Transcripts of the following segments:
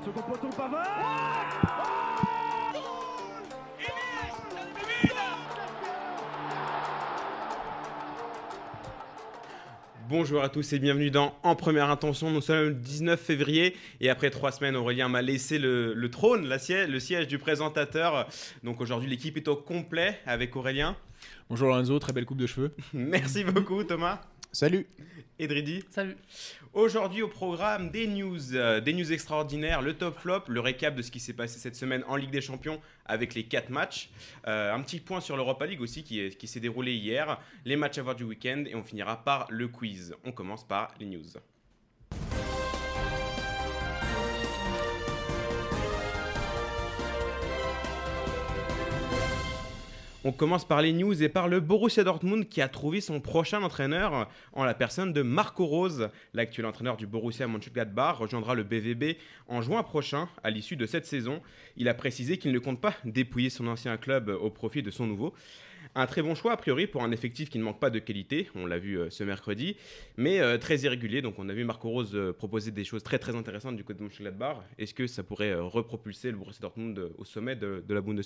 second poteau, Pavard. Bonjour à tous et bienvenue dans En Première Intention. Nous sommes le 19 février et après 3 semaines, Aurélien m'a laissé le trône, le siège du présentateur. Donc aujourd'hui, l'équipe est au complet avec Aurélien. Bonjour Lorenzo, très belle coupe de cheveux. Merci beaucoup Thomas. Salut. Et Dridi. Salut. Aujourd'hui au programme des news extraordinaires, le top flop, le récap de ce qui s'est passé cette semaine en Ligue des Champions avec les 4 matchs, un petit point sur l'Europa League aussi qui s'est déroulé hier, les matchs à voir du week-end et on finira par le quiz. On commence par les news. On commence par les news et par le Borussia Dortmund qui a trouvé son prochain entraîneur en la personne de Marco Rose. L'actuel entraîneur du Borussia Mönchengladbach rejoindra le BVB en juin prochain à l'issue de cette saison. Il a précisé qu'il ne compte pas dépouiller son ancien club au profit de son nouveau. Un très bon choix a priori pour un effectif qui ne manque pas de qualité, on l'a vu ce mercredi, mais très irrégulier. Donc on a vu Marco Rose proposer des choses très très intéressantes du côté de Mönchengladbach. Est-ce que ça pourrait repropulser le Borussia Dortmund au sommet de la Bundesliga ?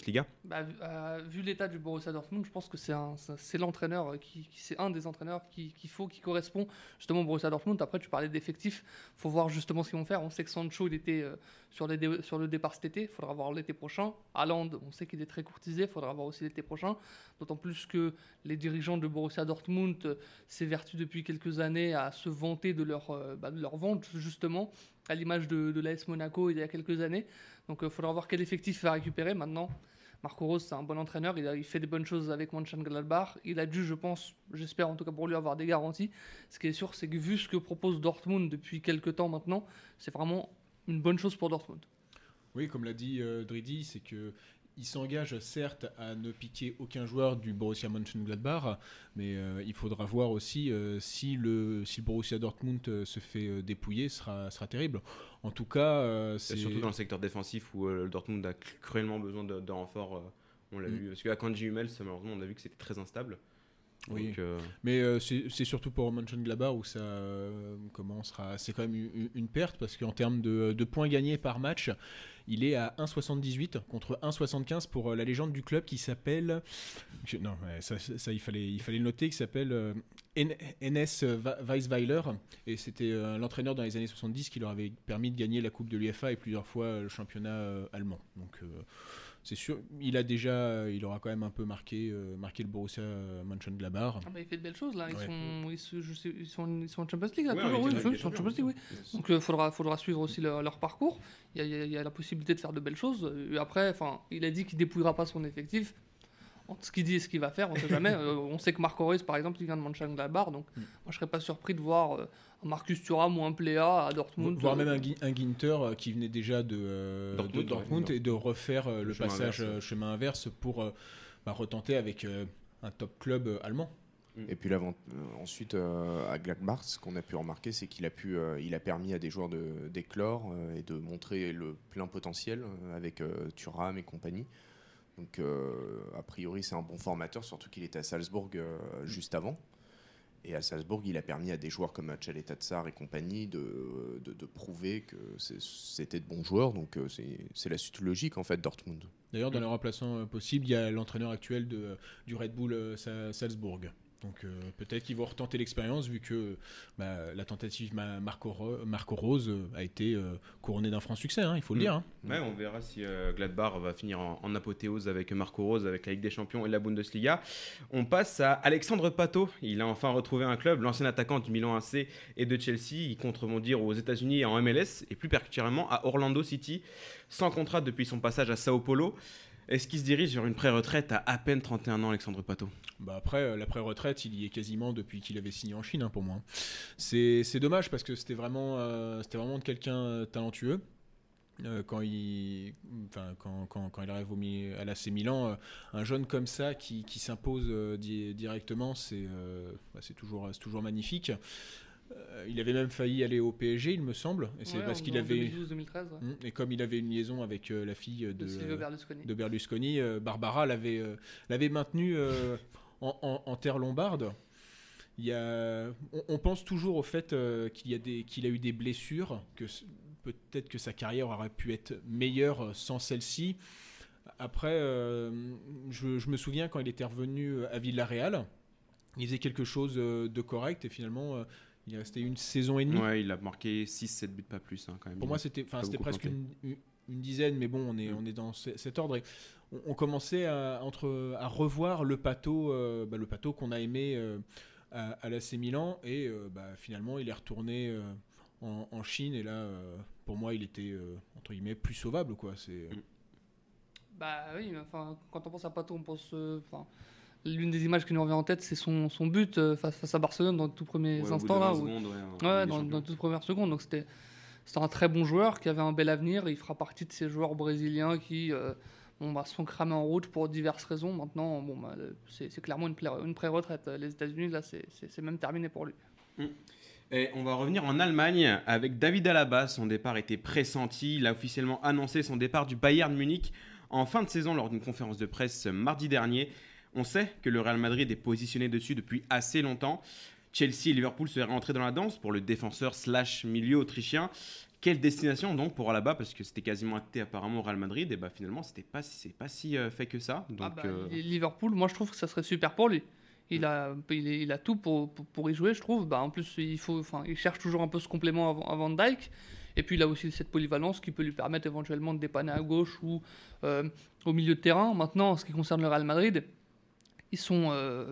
Vu l'état du Borussia Dortmund, je pense que c'est l'entraîneur, c'est un des entraîneurs qui correspond justement au Borussia Dortmund. Après, tu parlais d'effectifs, il faut voir justement ce qu'ils vont faire. On sait que Sancho il était sur le départ cet été, il faudra voir l'été prochain. Haaland, on sait qu'il est très courtisé, il faudra voir aussi l'été prochain. D'autant plus que les dirigeants de Borussia Dortmund s'évertuent depuis quelques années à se vanter de leur vente, justement, à l'image de l'AS Monaco il y a quelques années. Donc il faudra voir quel effectif il va récupérer maintenant. Marco Rose, c'est un bon entraîneur, il fait des bonnes choses avec Mönchengladbach. Il a dû, j'espère en tout cas pour lui, avoir des garanties. Ce qui est sûr, c'est que vu ce que propose Dortmund depuis quelques temps maintenant, c'est vraiment une bonne chose pour Dortmund. Oui, comme l'a dit Dridi, c'est que il s'engage certes à ne piquer aucun joueur du Borussia Mönchengladbach, mais il faudra voir aussi si le Borussia Dortmund se fait dépouiller, sera terrible. En tout cas, c'est surtout dans le secteur défensif où le Dortmund a cruellement besoin de renforts. On l'a vu, parce qu'à Kanji Hummels, malheureusement, on a vu que c'était très instable. Oui, mais c'est surtout pour Mönchengladbach où ça commencera. C'est quand même une perte parce qu'en termes de points gagnés par match, il est à 1,78 contre 1,75 pour la légende du club qui s'appelle. Non, ça il fallait le noter, qui s'appelle Enes Weisweiler. Et c'était l'entraîneur dans les années 70 qui leur avait permis de gagner la Coupe de l'UEFA et plusieurs fois le championnat allemand. Donc. C'est sûr, il aura quand même un peu marqué le Borussia Mönchengladbach. Il fait de belles choses là, Ouais. ils sont en Champions League là, Ouais, toujours, ils ils sont en Champions League, oui. Donc il faudra suivre aussi leur parcours. Il y a la possibilité de faire de belles choses. Et après, il a dit qu'il dépouillera pas son effectif. Entre ce qu'il dit et ce qu'il va faire, on ne sait jamais. On sait que Marco Reus, par exemple, il vient de Mönchengladbach, donc moi je serais pas surpris de voir un Marcus Thuram ou un Plea à Dortmund. Voire même un Ginter qui venait déjà de Dortmund et de refaire le passage chemin inverse pour retenter avec un top club allemand. Et puis ensuite à Gladbach, ce qu'on a pu remarquer, c'est qu'il a permis à des joueurs d'éclore et de montrer le plein potentiel avec Thuram et compagnie. Donc a priori c'est un bon formateur, surtout qu'il était à Salzbourg juste avant. Et à Salzbourg, il a permis à des joueurs comme Tchalé Tatsar et compagnie de prouver que c'était de bons joueurs. Donc c'est la suite logique en fait Dortmund. D'ailleurs, dans les remplaçants possibles, il y a l'entraîneur actuel du Red Bull Salzbourg. Donc peut-être qu'ils vont retenter l'expérience vu que la tentative Marco Rose a été couronnée d'un franc succès, il faut le dire. Ouais, on verra si Gladbach va finir en apothéose avec Marco Rose, avec la Ligue des Champions et la Bundesliga. On passe à Alexandre Pato. Il a enfin retrouvé un club, l'ancien attaquant du Milan AC et de Chelsea. Il compte rebondir aux États-Unis et en MLS et plus particulièrement à Orlando City, sans contrat depuis son passage à Sao Paulo. Est-ce qu'il se dirige vers une pré-retraite à peine 31 ans, Alexandre Pato ? Après, la pré-retraite, il y est quasiment depuis qu'il avait signé en Chine, pour moi. C'est dommage parce que c'était vraiment de quelqu'un talentueux. Quand il arrive à l'AC Milan, un jeune comme ça qui s'impose directement, c'est toujours magnifique. Il avait même failli aller au PSG, il me semble, et c'est parce qu'il avait 2012-2013. Et comme il avait une liaison avec la fille de Berlusconi, Barbara l'avait maintenu en terre lombarde. On pense toujours au fait qu'il a eu des blessures, que peut-être que sa carrière aurait pu être meilleure sans celle-ci. Après, je me souviens quand il était revenu à Villarreal, il faisait quelque chose de correct et finalement il est resté une saison et demie. Ouais, il a marqué 6-7 buts, pas plus quand même. Pour moi, c'était presque une dizaine, mais bon, on est dans cet ordre. Et on commençait à revoir le Pato qu'on a aimé à l'AC Milan. Et finalement, il est retourné en Chine. Et là, pour moi, il était, entre guillemets, plus sauvable, quoi. Bah oui, enfin, quand on pense à Pato, on pense... l'une des images qui nous revient en tête, c'est son but face à Barcelone dans les tout premiers instants. Dans les toutes premières secondes. Donc c'était un très bon joueur qui avait un bel avenir. Il fera partie de ces joueurs brésiliens qui sont cramés en route pour diverses raisons. Maintenant, c'est clairement une pré-retraite. Les États-Unis, là, c'est même terminé pour lui. Et on va revenir en Allemagne avec David Alaba. Son départ était pressenti. Il a officiellement annoncé son départ du Bayern Munich en fin de saison lors d'une conférence de presse mardi dernier. On sait que le Real Madrid est positionné dessus depuis assez longtemps. Chelsea et Liverpool seraient rentrés dans la danse pour le défenseur / milieu autrichien. Quelle destination donc pour Alaba, parce que c'était quasiment acté apparemment au Real Madrid, et finalement c'est pas si fait que ça. Donc, Liverpool, moi je trouve que ça serait super pour lui. Il a tout pour y jouer, je trouve. En plus, il cherche toujours un peu ce complément à Van Dijk. Et puis il a aussi cette polyvalence qui peut lui permettre éventuellement de dépanner à gauche ou au milieu de terrain. Maintenant, en ce qui concerne le Real Madrid, ils sont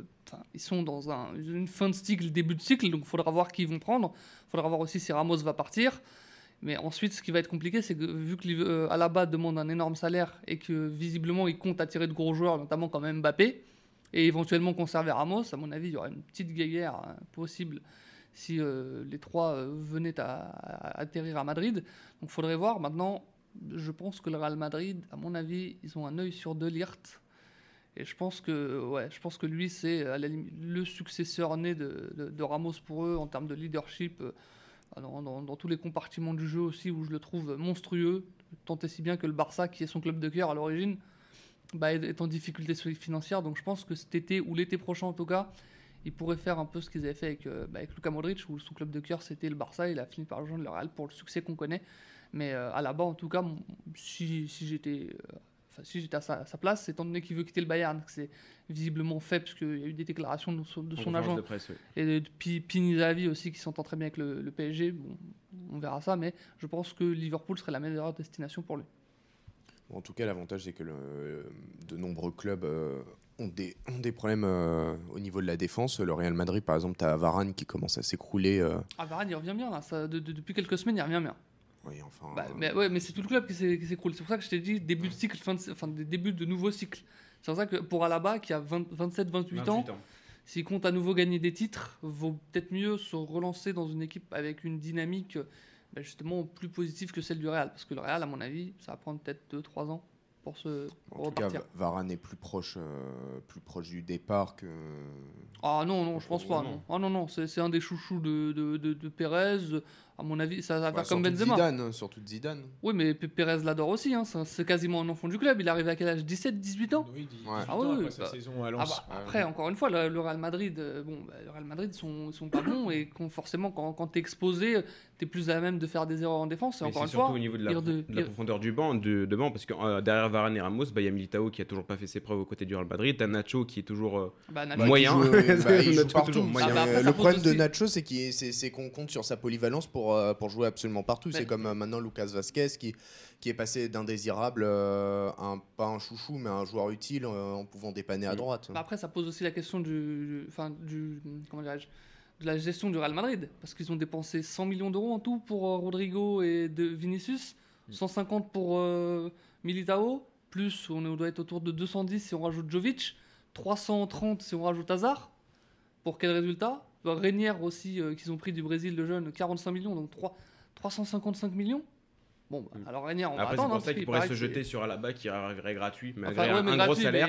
dans une fin de cycle, début de cycle, donc il faudra voir qui ils vont prendre. Il faudra voir aussi si Ramos va partir. Mais ensuite, ce qui va être compliqué, c'est que vu que Alaba demande un énorme salaire et que visiblement il compte attirer de gros joueurs, notamment comme Mbappé, et éventuellement conserver Ramos, à mon avis, il y aura une petite guéguerre possible si les trois venaient à atterrir à Madrid. Donc il faudrait voir. Maintenant, je pense que le Real Madrid, à mon avis, ils ont un œil sur De Ligt. Et je pense que lui, c'est à la limite, le successeur né de Ramos pour eux en termes de leadership dans tous les compartiments du jeu aussi, où je le trouve monstrueux, tant et si bien que le Barça, qui est son club de cœur à l'origine, est en difficulté financière. Donc je pense que cet été, ou l'été prochain en tout cas, ils pourraient faire un peu ce qu'ils avaient fait avec Luka Modric, où son club de cœur c'était le Barça. Il a fini par rejoindre le Real pour le succès qu'on connaît. Mais Alaba, en tout cas, si j'étais à sa place, étant donné qu'il veut quitter le Bayern, que c'est visiblement fait, parce qu'il y a eu des déclarations de son agent de presse, oui. et de Pini Zahavi aussi, qui s'entend très bien avec le PSG. Bon, on verra ça, mais je pense que Liverpool serait la meilleure destination pour lui. En tout cas, l'avantage, c'est que de nombreux clubs ont des problèmes au niveau de la défense. Le Real Madrid, par exemple, tu as Varane qui commence à s'écrouler. Varane, il revient bien, là. Depuis quelques semaines, il revient bien. Oui, enfin. Mais c'est tout le club qui s'écroule. C'est pour ça que je t'ai dit début de cycle, début de nouveau cycle. C'est pour ça que pour Alaba, qui a 27-28 ans, s'il compte à nouveau gagner des titres, vaut peut-être mieux se relancer dans une équipe avec une dynamique justement plus positive que celle du Real. Parce que le Real, à mon avis, ça va prendre peut-être 2-3 ans pour repartir. Tout cas, Varane est plus proche du départ que. Ah non, je pense pas. Non. Ah non, c'est un des chouchous de Pérez. À mon avis, ça va faire comme Benzema. Surtout de Zidane. Oui, mais Pérez l'adore aussi. C'est quasiment un enfant du club. Il est arrivé à quel âge ? 17-18 ans ? Oui, 18 ans après sa saison à Lens. Après, encore une fois, le Real Madrid, le Real Madrid sont pas bons et forcément, quand t'es exposé, t'es plus à même de faire des erreurs en défense. Et encore une fois, surtout au niveau de la profondeur du banc, parce que derrière Varane et Ramos, il y a Militao qui a toujours pas fait ses preuves aux côtés du Real Madrid. T'as Nacho qui est toujours moyen. Il joue partout. Le problème de aussi. Nacho, c'est qu'on compte sur sa polyvalence pour jouer absolument partout. C'est comme maintenant Lucas Vazquez qui est passé d'indésirable pas un chouchou, mais un joueur utile en pouvant dépanner à droite. Après, ça pose aussi la question comment dirais-je, de la gestion du Real Madrid, parce qu'ils ont dépensé 100 millions d'euros en tout pour Rodrigo et de Vinicius, 150 pour Militao, plus on doit être autour de 210 si on rajoute Jovic, 330 si on rajoute Hazard. Pour quel résultat ? Renière aussi, qu'ils ont pris du Brésil, le jeune, 45 millions, donc 355 millions. Bon, alors Renière, on va après, attendre. C'est pour ça qu'il pourrait se jeter sur Alaba qui arriverait gratuit, mais gros salaire.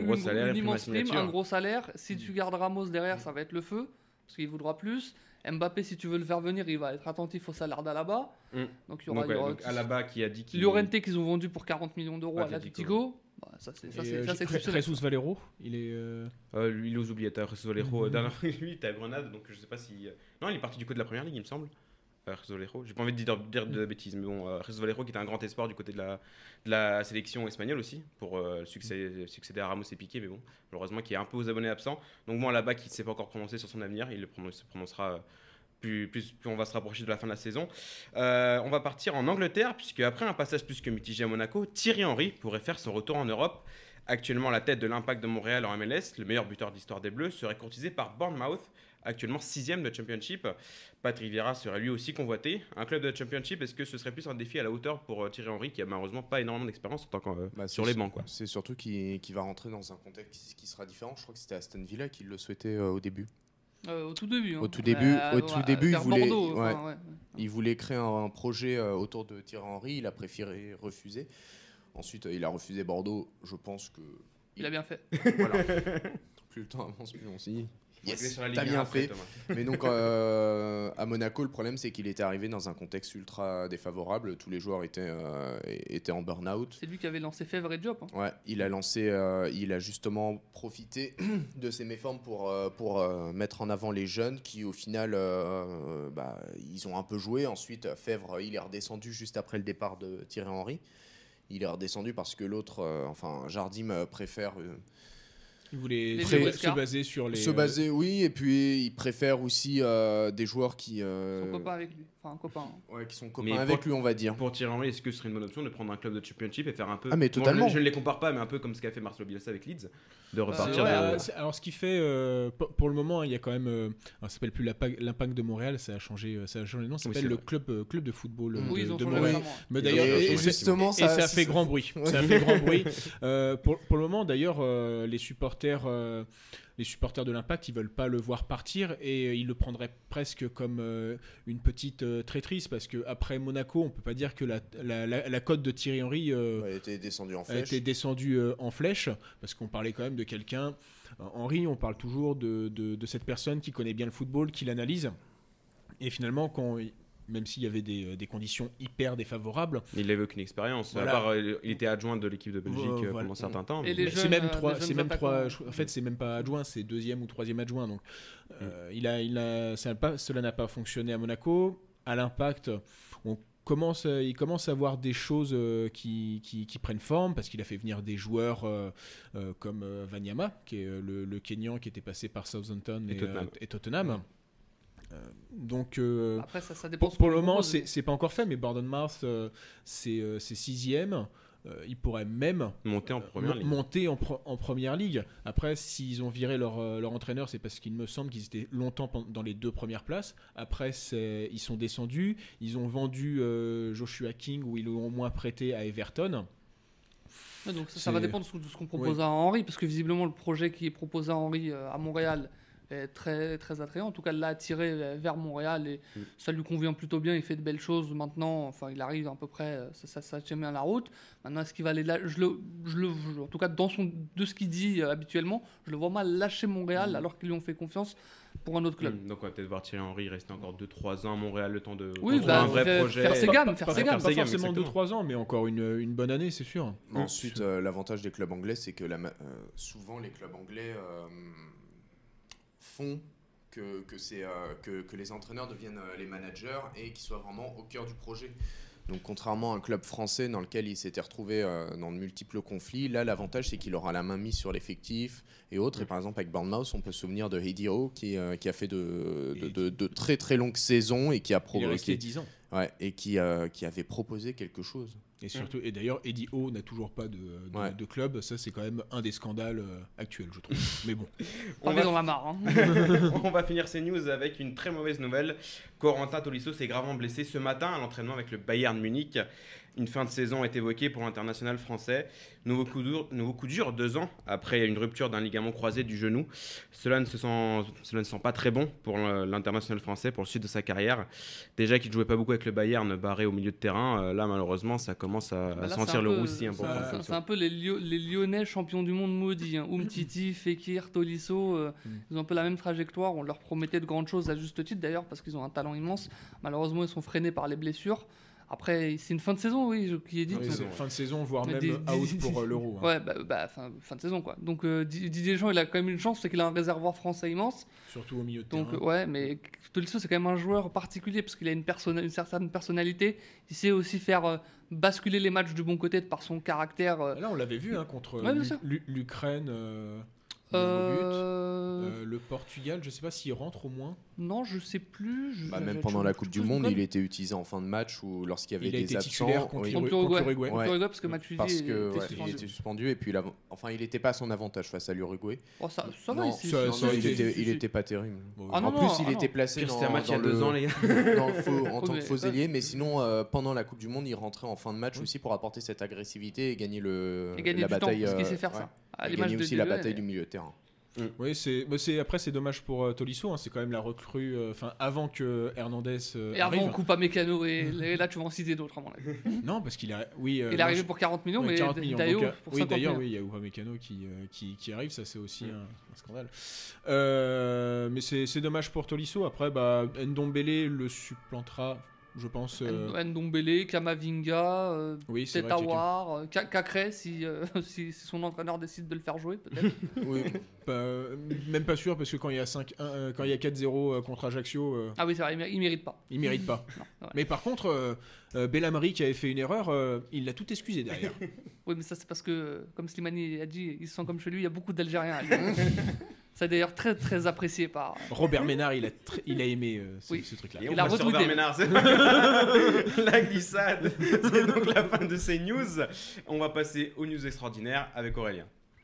Un gros salaire. Si tu gardes Ramos derrière, ça va être le feu, parce qu'il voudra plus. Mbappé, si tu veux le faire venir, il va être attentif au salaire d'Alaba. Donc il y aura Alaba qui a dit qu'il... Llorente qu'ils ont vendu pour 40 millions d'euros à l'Atlético. Ça c'est exceptionnel. Jesus Valero, il est... Lui, il ose oublier. Jesus Valero, lui, il était à Grenade, donc je sais pas si... Non, il est parti du côté de la première ligue, il me semble. Jesus Vallejo. J'ai pas envie de dire de bêtises, mais bon, Jesus Vallejo qui était un grand espoir du côté de la sélection espagnole aussi, pour succéder à Ramos et Piqué, mais bon, malheureusement qui est un peu aux abonnés absents. Donc bon, là-bas, qui ne s'est pas encore prononcé sur son avenir, il se prononcera plus on va se rapprocher de la fin de la saison. On va partir en Angleterre, puisque après un passage plus que mitigé à Monaco, Thierry Henry pourrait faire son retour en Europe. Actuellement à la tête de l'Impact de Montréal en MLS, le meilleur buteur de l'histoire des Bleus serait courtisé par Bournemouth, actuellement 6e de Championship. Patrick Vieira serait lui aussi convoité. Un club de Championship, est-ce que ce serait plus un défi à la hauteur pour Thierry Henry, qui a malheureusement pas énormément d'expérience en tant que sur les bancs, quoi. C'est surtout qu'il va rentrer dans un contexte qui sera différent. Je crois que c'était Aston Villa qui le souhaitait au début. Au tout début. Au tout début, il il voulait créer un projet autour de Thierry Henry. Il a préféré refuser. Ensuite, il a refusé Bordeaux. Je pense que il a bien fait. Voilà. Plus le temps avance, plus on s'y dit. Yes, t'as bien fait. Mais donc, à Monaco, le problème, c'est qu'il était arrivé dans un contexte ultra défavorable. Tous les joueurs étaient en burn-out. C'est lui qui avait lancé Fèvre et Diop. Ouais, il a justement profité de ses méformes pour mettre en avant les jeunes qui, au final, ils ont un peu joué. Ensuite, Fèvre, il est redescendu juste après le départ de Thierry Henry. Il est redescendu parce que l'autre, Jardim préfère... Il voulait se baser sur les... Se baser, oui, et puis il préfère aussi des joueurs qui... Sont copains avec lui, enfin un copain. Ouais, qui sont copains avec lui, on va dire. Pour Thierry Henry, est-ce que ce serait une bonne option de prendre un club de Championship et faire un peu... Ah mais totalement. Bon, je ne les compare pas, mais un peu comme ce qu'a fait Marcelo Bielsa avec Leeds, de repartir... Alors ce qui fait, pour le moment, il y a quand même... ça s'appelle plus l'Impact de Montréal, ça a changé de nom, ça s'appelle le club de football de Montréal. Mais d'ailleurs, justement, ça a fait grand bruit. Ça a fait grand bruit. Pour le moment, d'ailleurs, les supporters de l'Impact, ils veulent pas le voir partir et ils le prendraient presque comme une petite traîtrise, parce que après Monaco, on peut pas dire que la cote de Thierry Henry était descendue en flèche, parce qu'on parlait quand même de quelqu'un. Henry, on parle toujours de cette personne qui connaît bien le football, qui l'analyse, et finalement même s'il y avait des conditions hyper défavorables. Il n'avait aucune expérience. Voilà. À part, il était adjoint de l'équipe de Belgique pendant un certain temps. C'est même trois. En fait, c'est même pas adjoint, c'est deuxième ou troisième adjoint. Donc, cela n'a pas fonctionné à Monaco. À l'Impact, il commence à avoir des choses qui prennent forme, parce qu'il a fait venir des joueurs comme Wanyama, qui est le Kenyan qui était passé par Southampton et Tottenham. Donc après ça dépend pour le moment c'est pas encore fait, mais Bournemouth c'est 6e. Ils pourraient même monter en première ligue. Après, s'ils ont viré leur entraîneur, c'est parce qu'il me semble qu'ils étaient longtemps dans les 2 premières places. Après, ils sont descendus. Ils ont vendu Joshua King, ou ils l'ont au moins prêté à Everton. Ouais, donc ça va dépendre de ce qu'on propose à Henry, parce que visiblement le projet qui est proposé à Henry à Montréal est très, très attrayant. En tout cas, l'a attiré vers Montréal et ça lui convient plutôt bien. Il fait de belles choses maintenant. Enfin, il arrive à peu près, ça tient bien la route. Maintenant, est-ce qu'il va aller là, en tout cas, de ce qu'il dit habituellement, je le vois mal lâcher Montréal alors qu'ils lui ont fait confiance pour un autre club. Donc, on va peut-être voir Thierry Henry rester encore 2-3 ans à Montréal, le temps de un vrai projet. Faire ses gammes. Pas forcément 2-3 ans, mais encore une bonne année, c'est sûr. Ensuite, l'avantage des clubs anglais, c'est que souvent les clubs anglais font que les entraîneurs deviennent les managers et qu'ils soient vraiment au cœur du projet. Donc contrairement à un club français dans lequel il s'était retrouvé dans de multiples conflits, là l'avantage c'est qu'il aura la main mise sur l'effectif et autres. Et par exemple avec Bournemouth, on peut se souvenir de Eddie Howe qui a fait de très très longues saisons et qui a il est resté 10 ans. Ouais, et qui avait proposé quelque chose. Et surtout, et d'ailleurs, Eddie Howe n'a toujours pas de club. Ça, c'est quand même un des scandales actuels, je trouve. Mais bon. On va dans la mare. Hein. On va finir ces news avec une très mauvaise nouvelle. Corentin Tolisso s'est gravement blessé ce matin à l'entraînement avec le Bayern Munich. Une fin de saison est évoquée pour l'international français. Nouveau coup dur 2 ans après une rupture d'un ligament croisé du genou. Cela ne sent pas très bon pour l'international français, pour le suite de sa carrière. Déjà qu'il ne jouait pas beaucoup avec le Bayern, barré au milieu de terrain. Là, malheureusement, ça commence à sentir le roussi. C'est un peu les Lyonnais champions du monde maudits. Umtiti, Fekir, Tolisso, ils ont un peu la même trajectoire. On leur promettait de grandes choses à juste titre d'ailleurs, parce qu'ils ont un talent immense. Malheureusement, ils sont freinés par les blessures. Après, c'est une fin de saison, oui, qui est dit. Oui, c'est fin de saison, voire Mais même out pour l'Euro. Ouais, fin de saison, quoi. Donc, Didier Deschamps, il a quand même une chance, c'est qu'il a un réservoir français immense. Surtout au milieu de Donc, terrain. ouais, mais Tolisso, c'est quand même un joueur particulier parce qu'il a une certaine personnalité. Il sait aussi faire basculer les matchs du bon côté par son caractère. Là, on l'avait vu contre Ouais, bien sûr. l'Ukraine. Le Portugal, je sais pas s'il rentre au moins. Non, je sais plus. Même pendant la Coupe du Monde, il était utilisé en fin de match ou lorsqu'il y avait des absents. Titulaire contre l'Uruguay. Ouais. Parce que Matuidi il était suspendu et puis il n'était pas à son avantage face à l'Uruguay. Oh, ça va Non, ici. il était pas terrible. Ah, non, en plus, non, il était placé C'était un match il y a 2 ans, les gars. en tant que faux ailier, mais sinon, pendant la Coupe du Monde, il rentrait en fin de match aussi pour apporter cette agressivité et gagner la bataille. Parce qu'il sait faire ça. Et gagner aussi la bataille du milieu de terrain. Oui, après c'est dommage pour Tolisso, hein, c'est quand même la recrue, avant que Hernandez et avant arrive. on coupe à Mécano et là tu vas en citer d'autres à mon avis. Non, parce qu'il a, il est arrivé pour 40 millions, mais 40 millions, Dayo donc, pour 50 millions. Oui, il y a Upamecano qui arrive, ça c'est aussi un scandale. Mais c'est dommage pour Tolisso. Après, Ndombele le supplantera, je pense. Ndombele, Kamavinga, oui, c'est peut-être Aouar, Cacré si son entraîneur décide de le faire jouer peut-être. Oui. Même pas sûr, parce que quand il y a 4-0 contre Ajaccio, ah oui, c'est vrai, il mérite pas. Il mérite pas. Non, mais par contre, Belhamri qui avait fait une erreur, il l'a tout excusé derrière. Oui, mais ça c'est parce que, comme Slimani a dit, il se sent comme chez lui, il y a beaucoup d'Algériens. C'est d'ailleurs très très apprécié par Robert Ménard, il a aimé ce truc-là. Et il a retweeté. Robert Ménard, c'est la glissade. C'est donc la fin de ces news. On va passer aux news extraordinaires avec Aurélien.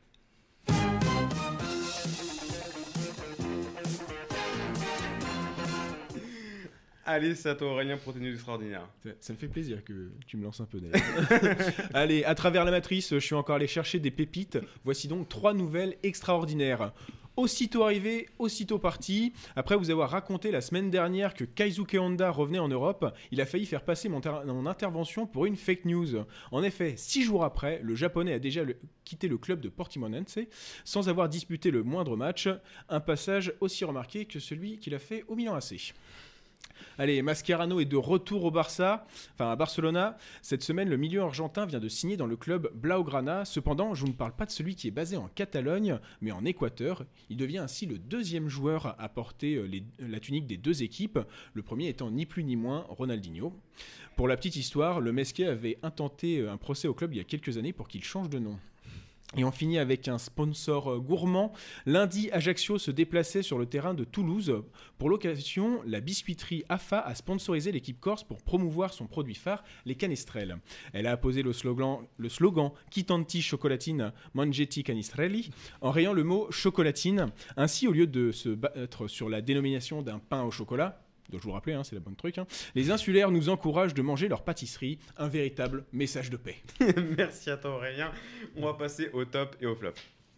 Allez, c'est à toi Aurélien pour tes news extraordinaires. Ça me fait plaisir que tu me lances un peu d'ailleurs. Allez, à travers la matrice, je suis encore allé chercher des pépites. Voici donc 3 nouvelles extraordinaires. Aussitôt arrivé, aussitôt parti. Après vous avoir raconté la semaine dernière que Keisuke Honda revenait en Europe, il a failli faire passer mon intervention pour une fake news. En effet, 6 jours après, le japonais a déjà quitté le club de Portimonense sans avoir disputé le moindre match. Un passage aussi remarqué que celui qu'il a fait au Milan AC. Allez, Mascherano est de retour à Barcelona. Cette semaine, le milieu argentin vient de signer dans le club Blaugrana. Cependant, je ne parle pas de celui qui est basé en Catalogne, mais en Équateur. Il devient ainsi le 2e joueur à porter la tunique des 2 équipes, le premier étant ni plus ni moins Ronaldinho. Pour la petite histoire, le Mesquet avait intenté un procès au club il y a quelques années pour qu'il change de nom. Et on finit avec un sponsor gourmand. Lundi, Ajaccio se déplaçait sur le terrain de Toulouse. Pour l'occasion, la biscuiterie AFA a sponsorisé l'équipe corse pour promouvoir son produit phare, les canestrelles. Elle a apposé le slogan « Chi tanti chocolatine, mangetti canestrelli » en rayant le mot « chocolatine ». Ainsi, au lieu de se battre sur la dénomination d'un pain au chocolat, dois-je vous rappeler, c'est la bonne truc. Les insulaires nous encouragent de manger leur pâtisserie, un véritable message de paix. Merci à toi Aurélien. On va passer au top et au flop.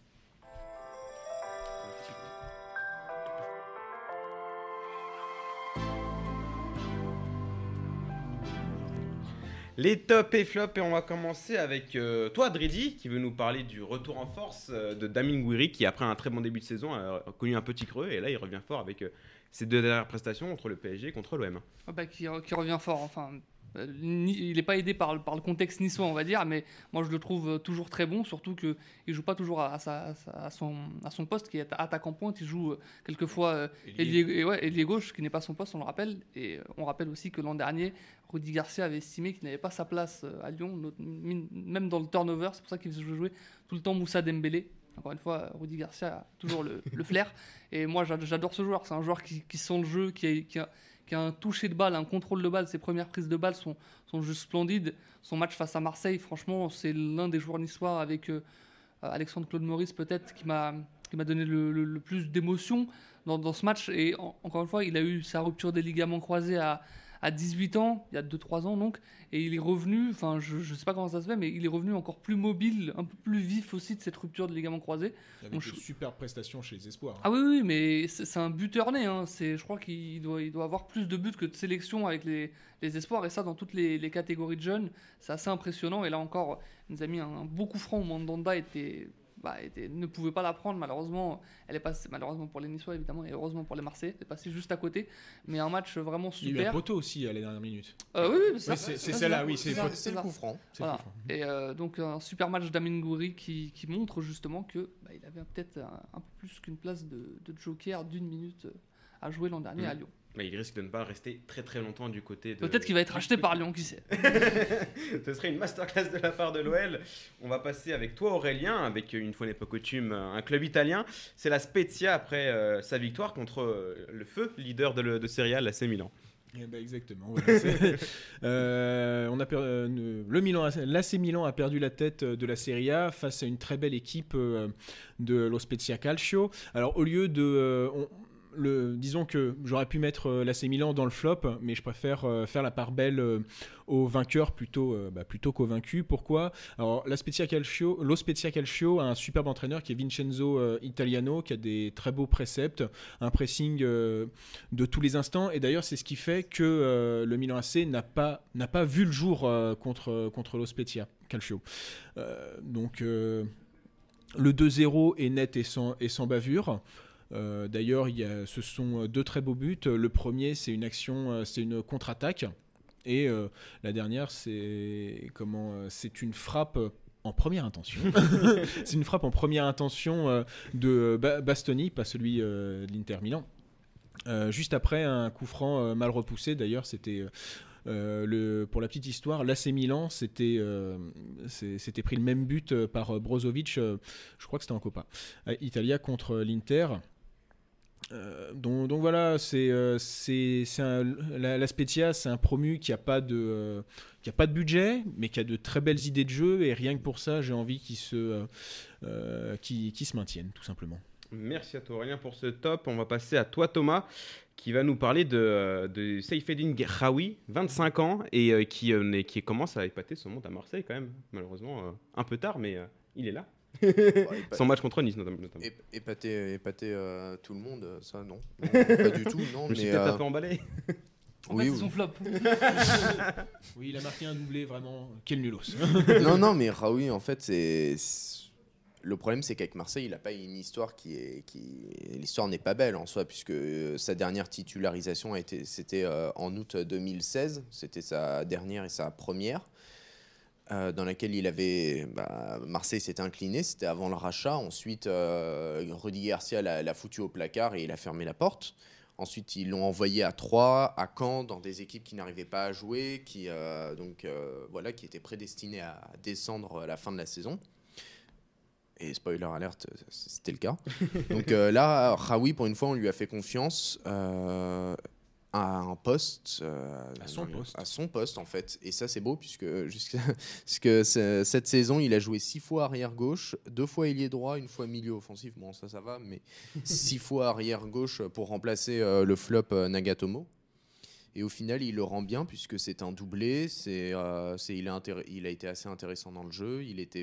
Les tops et flops, et on va commencer avec toi Dridi, qui veut nous parler du retour en force de Damien Gouiri, qui après un très bon début de saison a connu un petit creux, et là il revient fort avec ses 2 dernières prestations contre le PSG et contre l'OM. Qui revient fort, enfin. Il n'est pas aidé par le contexte niçois, on va dire, mais moi je le trouve toujours très bon, surtout qu'il ne joue pas toujours à son poste, qui est attaquant pointe. Il joue quelquefois ailier gauche, qui n'est pas son poste, on le rappelle. Et on rappelle aussi que l'an dernier, Rudy Garcia avait estimé qu'il n'avait pas sa place à Lyon, même dans le turnover. C'est pour ça qu'il faisait jouer tout le temps Moussa Dembélé. Encore une fois, Rudy Garcia a toujours le flair. Et moi j'adore ce joueur. C'est un joueur qui sent le jeu, qui a un toucher de balle, un contrôle de balle. Ses premières prises de balle sont juste splendides. Son match face à Marseille, franchement, c'est l'un des joueurs niçois avec Alexandre Claude Maurice peut-être qui m'a donné le plus d'émotion dans ce match. Et encore une fois, il a eu sa rupture des ligaments croisés à 18 ans, il y a 2-3 ans donc, et il est revenu, enfin je ne sais pas comment ça se fait, mais il est revenu encore plus mobile, un peu plus vif aussi de cette rupture de ligaments croisés. Avec de super prestations chez les Espoirs. Ah oui, mais c'est un buteur né, je crois qu'il doit avoir plus de buts que de sélection avec les Espoirs, et ça dans toutes les catégories de jeunes, c'est assez impressionnant. Et là encore, il nous a mis un beau coup franc où Mandanda était ne pouvait pas la prendre. Malheureusement, elle est passée, malheureusement pour les Niçois évidemment, et heureusement pour les Marseillais, elle est passée juste à côté. Mais un match vraiment super. Il y a eu un poteau aussi à la dernière minute. Oui, c'est celle-là, oui, c'est le coup franc. Voilà. Et donc un super match d'Amine Gouiri qui montre justement que il avait peut-être un peu plus qu'une place de joker d'1 minute à jouer l'an dernier à Lyon. Mais il risque de ne pas rester très très longtemps du côté de... Peut-être qu'il va être acheté par Lyon, qui sait. Ce serait une masterclass de la part de l'OL. On va passer avec toi Aurélien, avec une fois n'est pas coutume, un club italien. C'est la Spezia après sa victoire contre le feu leader de Serie A, l'AC Milan. Exactement. Voilà, l'AC Milan a perdu la tête de la Serie A face à une très belle équipe de Lo Spezia Calcio. Alors au lieu de... disons que j'aurais pu mettre l'AC Milan dans le flop, mais je préfère faire la part belle aux vainqueurs plutôt qu'aux vaincus. Pourquoi ? Alors, Lo Spezia Calcio a un superbe entraîneur qui est Vincenzo Italiano, qui a des très beaux préceptes, un pressing de tous les instants. Et d'ailleurs, c'est ce qui fait que le Milan AC n'a pas vu le jour contre Lo Spezia Calcio. Donc, le 2-0 est net et sans bavure. D'ailleurs, ce sont 2 très beaux buts. Le premier, c'est une action, c'est une contre-attaque. Et la dernière, c'est une frappe en première intention. C'est une frappe en première intention de Bastoni, pas celui de l'Inter Milan. Juste après, un coup franc mal repoussé. D'ailleurs, c'était... pour la petite histoire, l'AC Milan s'était pris le même but par Brozovic, je crois que c'était en Coppa Italia contre l'Inter. Donc voilà, la Spezia, c'est un promu qui a pas de budget, mais qui a de très belles idées de jeu, et rien que pour ça, j'ai envie qu'ils se maintiennent, tout simplement. Merci à toi Aurélien pour ce top. On va passer à toi Thomas, qui va nous parler de Seyfedine Ghawi, 25 ans, et qui commence à épater son monde à Marseille quand même. Malheureusement, un peu tard, mais il est là. Son match contre Nice notamment. Épater tout le monde, ça non. Pas du tout, non. Je me suis peut-être un peu emballé. Oui, c'est son flop. Oui, il a marqué un doublé, vraiment. Quel nulos. non, mais Raoui, en fait, le problème, c'est qu'avec Marseille, il n'a pas une histoire l'histoire n'est pas belle en soi, puisque sa dernière titularisation c'était en août 2016. C'était sa dernière et sa première. Dans laquelle Marseille s'était incliné, c'était avant le rachat. Ensuite, Rudy Garcia l'a foutu au placard et il a fermé la porte. Ensuite, ils l'ont envoyé à Troyes, à Caen, dans des équipes qui n'arrivaient pas à jouer, qui étaient prédestinées à descendre à la fin de la saison. Et spoiler alert, c'était le cas. Donc là, Raoui, pour une fois, on lui a fait confiance à un poste, à son poste en fait. Et ça c'est beau puisque cette saison il a joué 6 fois arrière gauche, 2 fois ailier droit, 1 fois milieu offensif. Bon ça va, mais 6 fois arrière gauche pour remplacer le flop Nagatomo. Et au final il le rend bien puisque c'est un doublé. Il a été assez intéressant dans le jeu.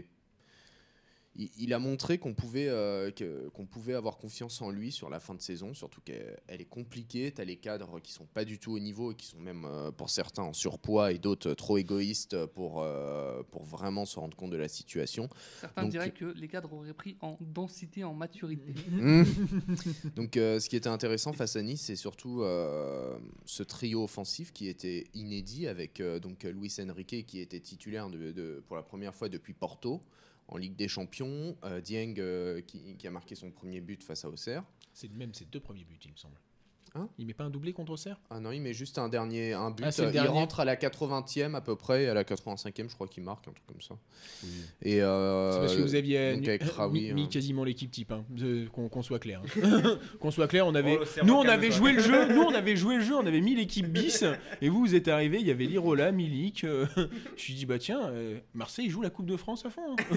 Il a montré qu'on pouvait avoir confiance en lui sur la fin de saison, surtout qu'elle est compliquée. Tu as les cadres qui sont pas du tout au niveau et qui sont même pour certains en surpoids et d'autres trop égoïstes pour vraiment se rendre compte de la situation. Certains diraient que les cadres auraient pris en densité, en maturité. Donc ce qui était intéressant face à Nice, c'est surtout ce trio offensif qui était inédit avec Luis Enrique qui était titulaire pour la première fois depuis Porto en Ligue des Champions, Dieng qui a marqué son premier but face à Auxerre. C'est même ses 2 premiers buts, il me semble. Hein, il met pas un doublé contre Auxerre ? Ah non, il met juste un but. Il rentre à la 80e à peu près, et à la 85e, je crois qu'il marque, un truc comme ça. Oui. Et c'est parce que vous aviez mis hein. quasiment l'équipe type, hein, qu'on soit clair. Hein. Qu'on soit clair, on avait joué le jeu, on avait mis l'équipe bis, et vous êtes arrivés, il y avait Lirola, Milik. Je me suis dit tiens, Marseille joue la Coupe de France à fond. Hein.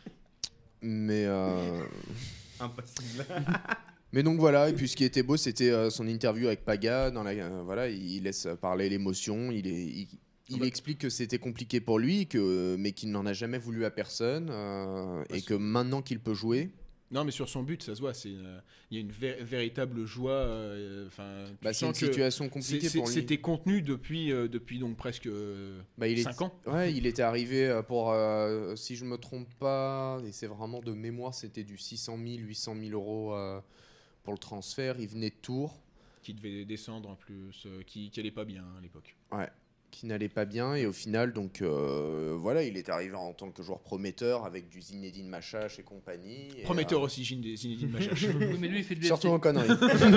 Mais impossible. Mais donc voilà, et puis ce qui était beau, c'était son interview avec Paga. Il laisse parler l'émotion, il explique que c'était compliqué pour lui, mais qu'il n'en a jamais voulu à personne, et que maintenant qu'il peut jouer, Non, mais sur son but, ça se voit. Il y a une véritable joie. C'est une situation compliquée pour lui. C'était contenu depuis donc presque 5 ans. Ouais, il était arrivé pour, si je me trompe pas, et c'est vraiment de mémoire, c'était du 600 000, 800 000 euros pour le transfert. Il venait de Tours. Qui devait descendre en plus, qui allait pas bien à l'époque. Ouais. Qui n'allait pas bien et au final donc il est arrivé en tant que joueur prometteur avec du Zinedine Machache et compagnie. Prometteur aussi Zinedine Machache. Oui, mais lui il fait du surtout en conneries.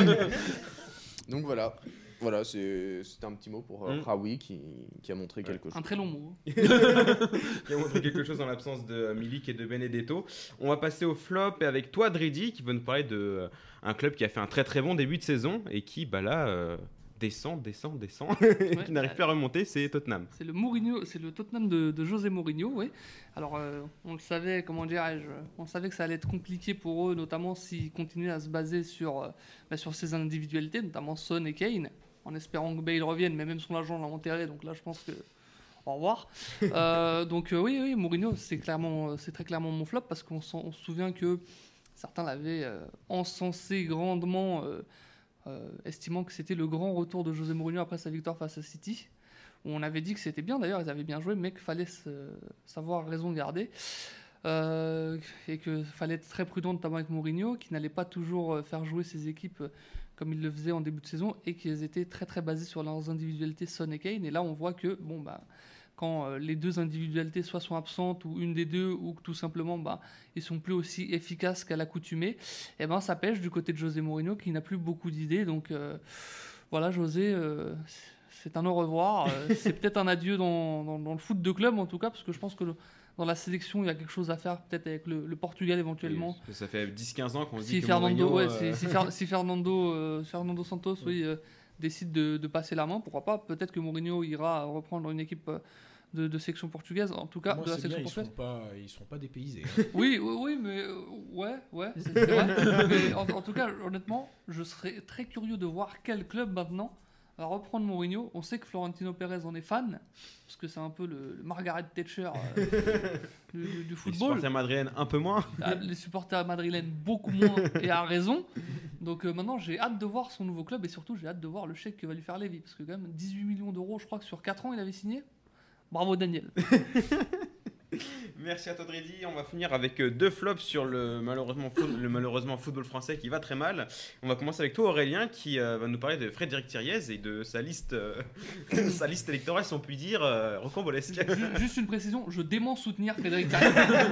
Donc voilà, c'était un petit mot pour Raoui qui a montré quelque chose. Un très long mot. Qui a montré quelque chose en l'absence de Milik et de Benedetto. On va passer au flop et avec toi Dridi qui va nous parler de un club qui a fait un très très bon début de saison et qui descend, Ouais, qui n'arrive plus à remonter, c'est Tottenham. C'est le Tottenham de José Mourinho, oui. Alors, on le savait, on savait que ça allait être compliqué pour eux, notamment s'ils continuaient à se baser sur ces individualités, notamment Son et Kane, en espérant que Bale revienne, mais même son agent l'a enterré, donc là, je pense que au revoir. Oui, Mourinho, c'est très clairement mon flop, parce qu'on se souvient que certains l'avaient encensé grandement, estimant que c'était le grand retour de José Mourinho après sa victoire face à City, où on avait dit que c'était bien, d'ailleurs ils avaient bien joué, mais qu'il fallait savoir raison garder, et qu'il fallait être très prudent notamment avec Mourinho, qui n'allait pas toujours faire jouer ses équipes comme il le faisait en début de saison, et qu'ils étaient très très basés sur leurs individualités Son et Kane, et là on voit que quand les deux individualités soit sont absentes ou une des deux, ou que tout simplement ils sont plus aussi efficaces qu'à l'accoutumée, et ça pêche du côté de José Mourinho qui n'a plus beaucoup d'idées. Donc voilà, José, c'est un au revoir. C'est peut-être un adieu dans le foot de club en tout cas, parce que je pense que dans la sélection il y a quelque chose à faire peut-être avec le Portugal éventuellement. Oui, ça fait 10-15 ans qu'on se dit Si que Fernando, Mourinho, si Fernando Santos décide de passer la main, pourquoi pas. Peut-être que Mourinho ira reprendre une équipe de section portugaise, en tout cas de la section portugaise. Ils sont pas dépaysés. Oui, mais c'est vrai. Mais en tout cas, honnêtement, je serais très curieux de voir quel club maintenant va reprendre Mourinho. On sait que Florentino Pérez en est fan, parce que c'est un peu le Margaret Thatcher du football. Les supporters madrilènes un peu moins. Les supporters madrilènes beaucoup moins, et à raison. Donc maintenant, j'ai hâte de voir son nouveau club, et surtout, j'ai hâte de voir le chèque que va lui faire Lévy, parce que quand même 18 millions d'euros, je crois que sur 4 ans, il avait signé. Bravo Daniel. Merci à toi Dridi. On va finir avec deux flops sur le malheureusement football français qui va très mal. On va commencer avec toi Aurélien qui va nous parler de Frédéric Thiriez et de sa liste électorale, si on peut dire, rocambolesque. Juste une précision, je dément soutenir Frédéric Thiriez.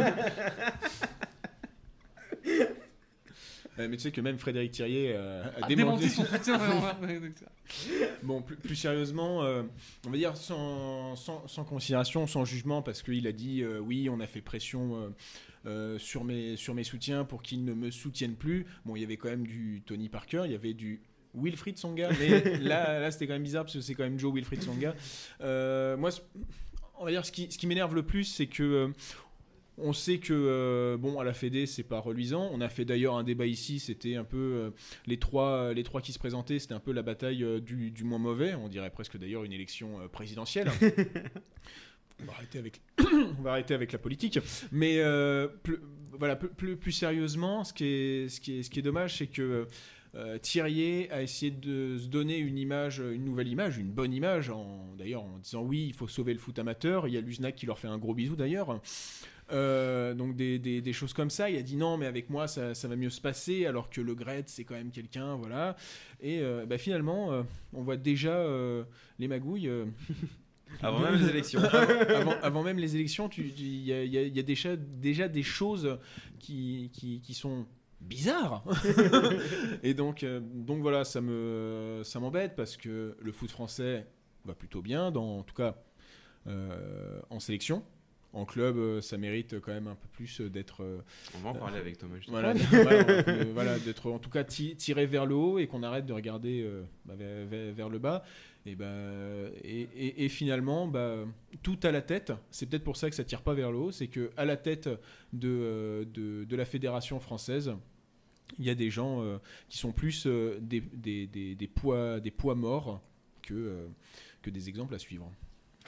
Mais tu sais que même Frédéric Thiriez a démenti son soutien. Bon, plus sérieusement, on va dire sans considération, sans jugement, parce qu'il a dit oui, on a fait pression sur mes soutiens pour qu'ils ne me soutiennent plus. Bon, il y avait quand même du Tony Parker, il y avait du Wilfried Tsonga, mais là c'était quand même bizarre parce que c'est quand même Joe Wilfried Tsonga. Moi, on va dire ce qui m'énerve le plus, c'est que on sait que à la Fédé c'est pas reluisant. On a fait d'ailleurs un débat ici, c'était un peu les trois qui se présentaient, c'était un peu la bataille du moins mauvais. On dirait presque d'ailleurs une élection présidentielle. On va arrêter avec la politique. Mais plus sérieusement, ce qui est dommage, c'est que Thiriez a essayé de se donner une nouvelle image, une bonne image, d'ailleurs en disant oui, il faut sauver le foot amateur. Il y a Luznac qui leur fait un gros bisou d'ailleurs. Donc des choses comme ça. Il a dit non, mais avec moi ça va mieux se passer, alors que Le Gret c'est quand même quelqu'un, voilà. Et finalement on voit déjà les magouilles. Avant même les élections. Avant même les élections, il y a déjà des choses qui sont bizarres. Et donc voilà, ça m'embête parce que le foot français va plutôt bien, en tout cas en sélection. En club, ça mérite quand même un peu plus d'être... On va en parler avec Thomas. Voilà, d'être en tout cas tiré vers le haut et qu'on arrête de regarder vers le bas. Et finalement, tout à la tête, c'est peut-être pour ça que ça tire pas vers le haut, c'est qu'à la tête de la fédération française, il y a des gens qui sont plus des poids morts que des exemples à suivre.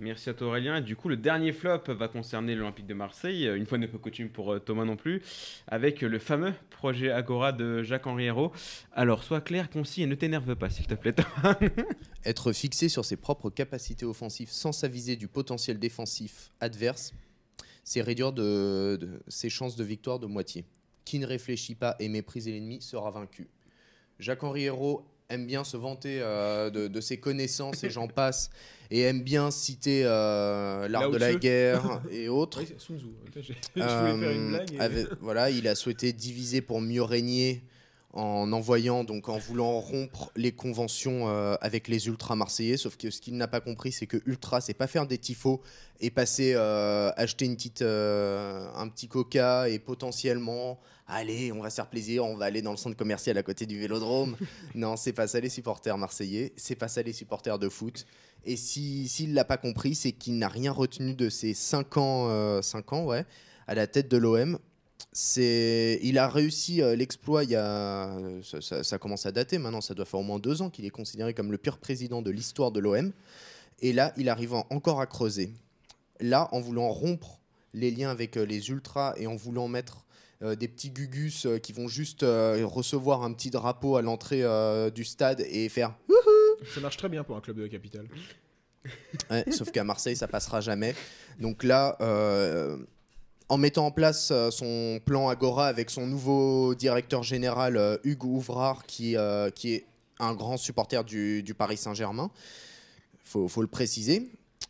Merci à toi Aurélien. Et du coup, le dernier flop va concerner l'Olympique de Marseille, une fois n'est pas coutume pour Thomas non plus, avec le fameux projet Agora de Jacques-Henri Hérault. Alors, sois clair, concis et ne t'énerve pas, s'il te plaît, Thomas. Être fixé sur ses propres capacités offensives sans s'aviser du potentiel défensif adverse, c'est réduire ses chances de victoire de moitié. Qui ne réfléchit pas et méprise l'ennemi sera vaincu. Jacques-Henri Hérault aime bien se vanter de ses connaissances et j'en passe, et aime bien citer l'art de la guerre et autres. Oui, Sun Tzu. Je voulais faire une blague. Voilà, il a souhaité diviser pour mieux régner en voulant rompre les conventions avec les ultras marseillais, sauf que ce qu'il n'a pas compris, c'est que ultra, c'est pas faire des tifos et passer acheter un petit coca et potentiellement allez, on va se faire plaisir, on va aller dans le centre commercial à côté du Vélodrome. Non, c'est pas ça les supporters marseillais, c'est pas ça les supporters de foot. Et s'il l'a pas compris, c'est qu'il n'a rien retenu de ses 5 ans à la tête de l'OM. Il a réussi l'exploit ça commence à dater maintenant, ça doit faire au moins 2 ans qu'il est considéré comme le pire président de l'histoire de l'OM. Et là, il arrive encore à creuser. Là, en voulant rompre les liens avec les ultras et en voulant mettre des petits gugus qui vont juste recevoir un petit drapeau à l'entrée du stade et faire wouhou. Ça marche très bien pour un club de la capitale. Ouais, sauf qu'à Marseille, ça passera jamais. Donc là, en mettant en place son plan Agora avec son nouveau directeur général Hugues Ouvrard, qui est un grand supporter du Paris Saint-Germain, faut le préciser,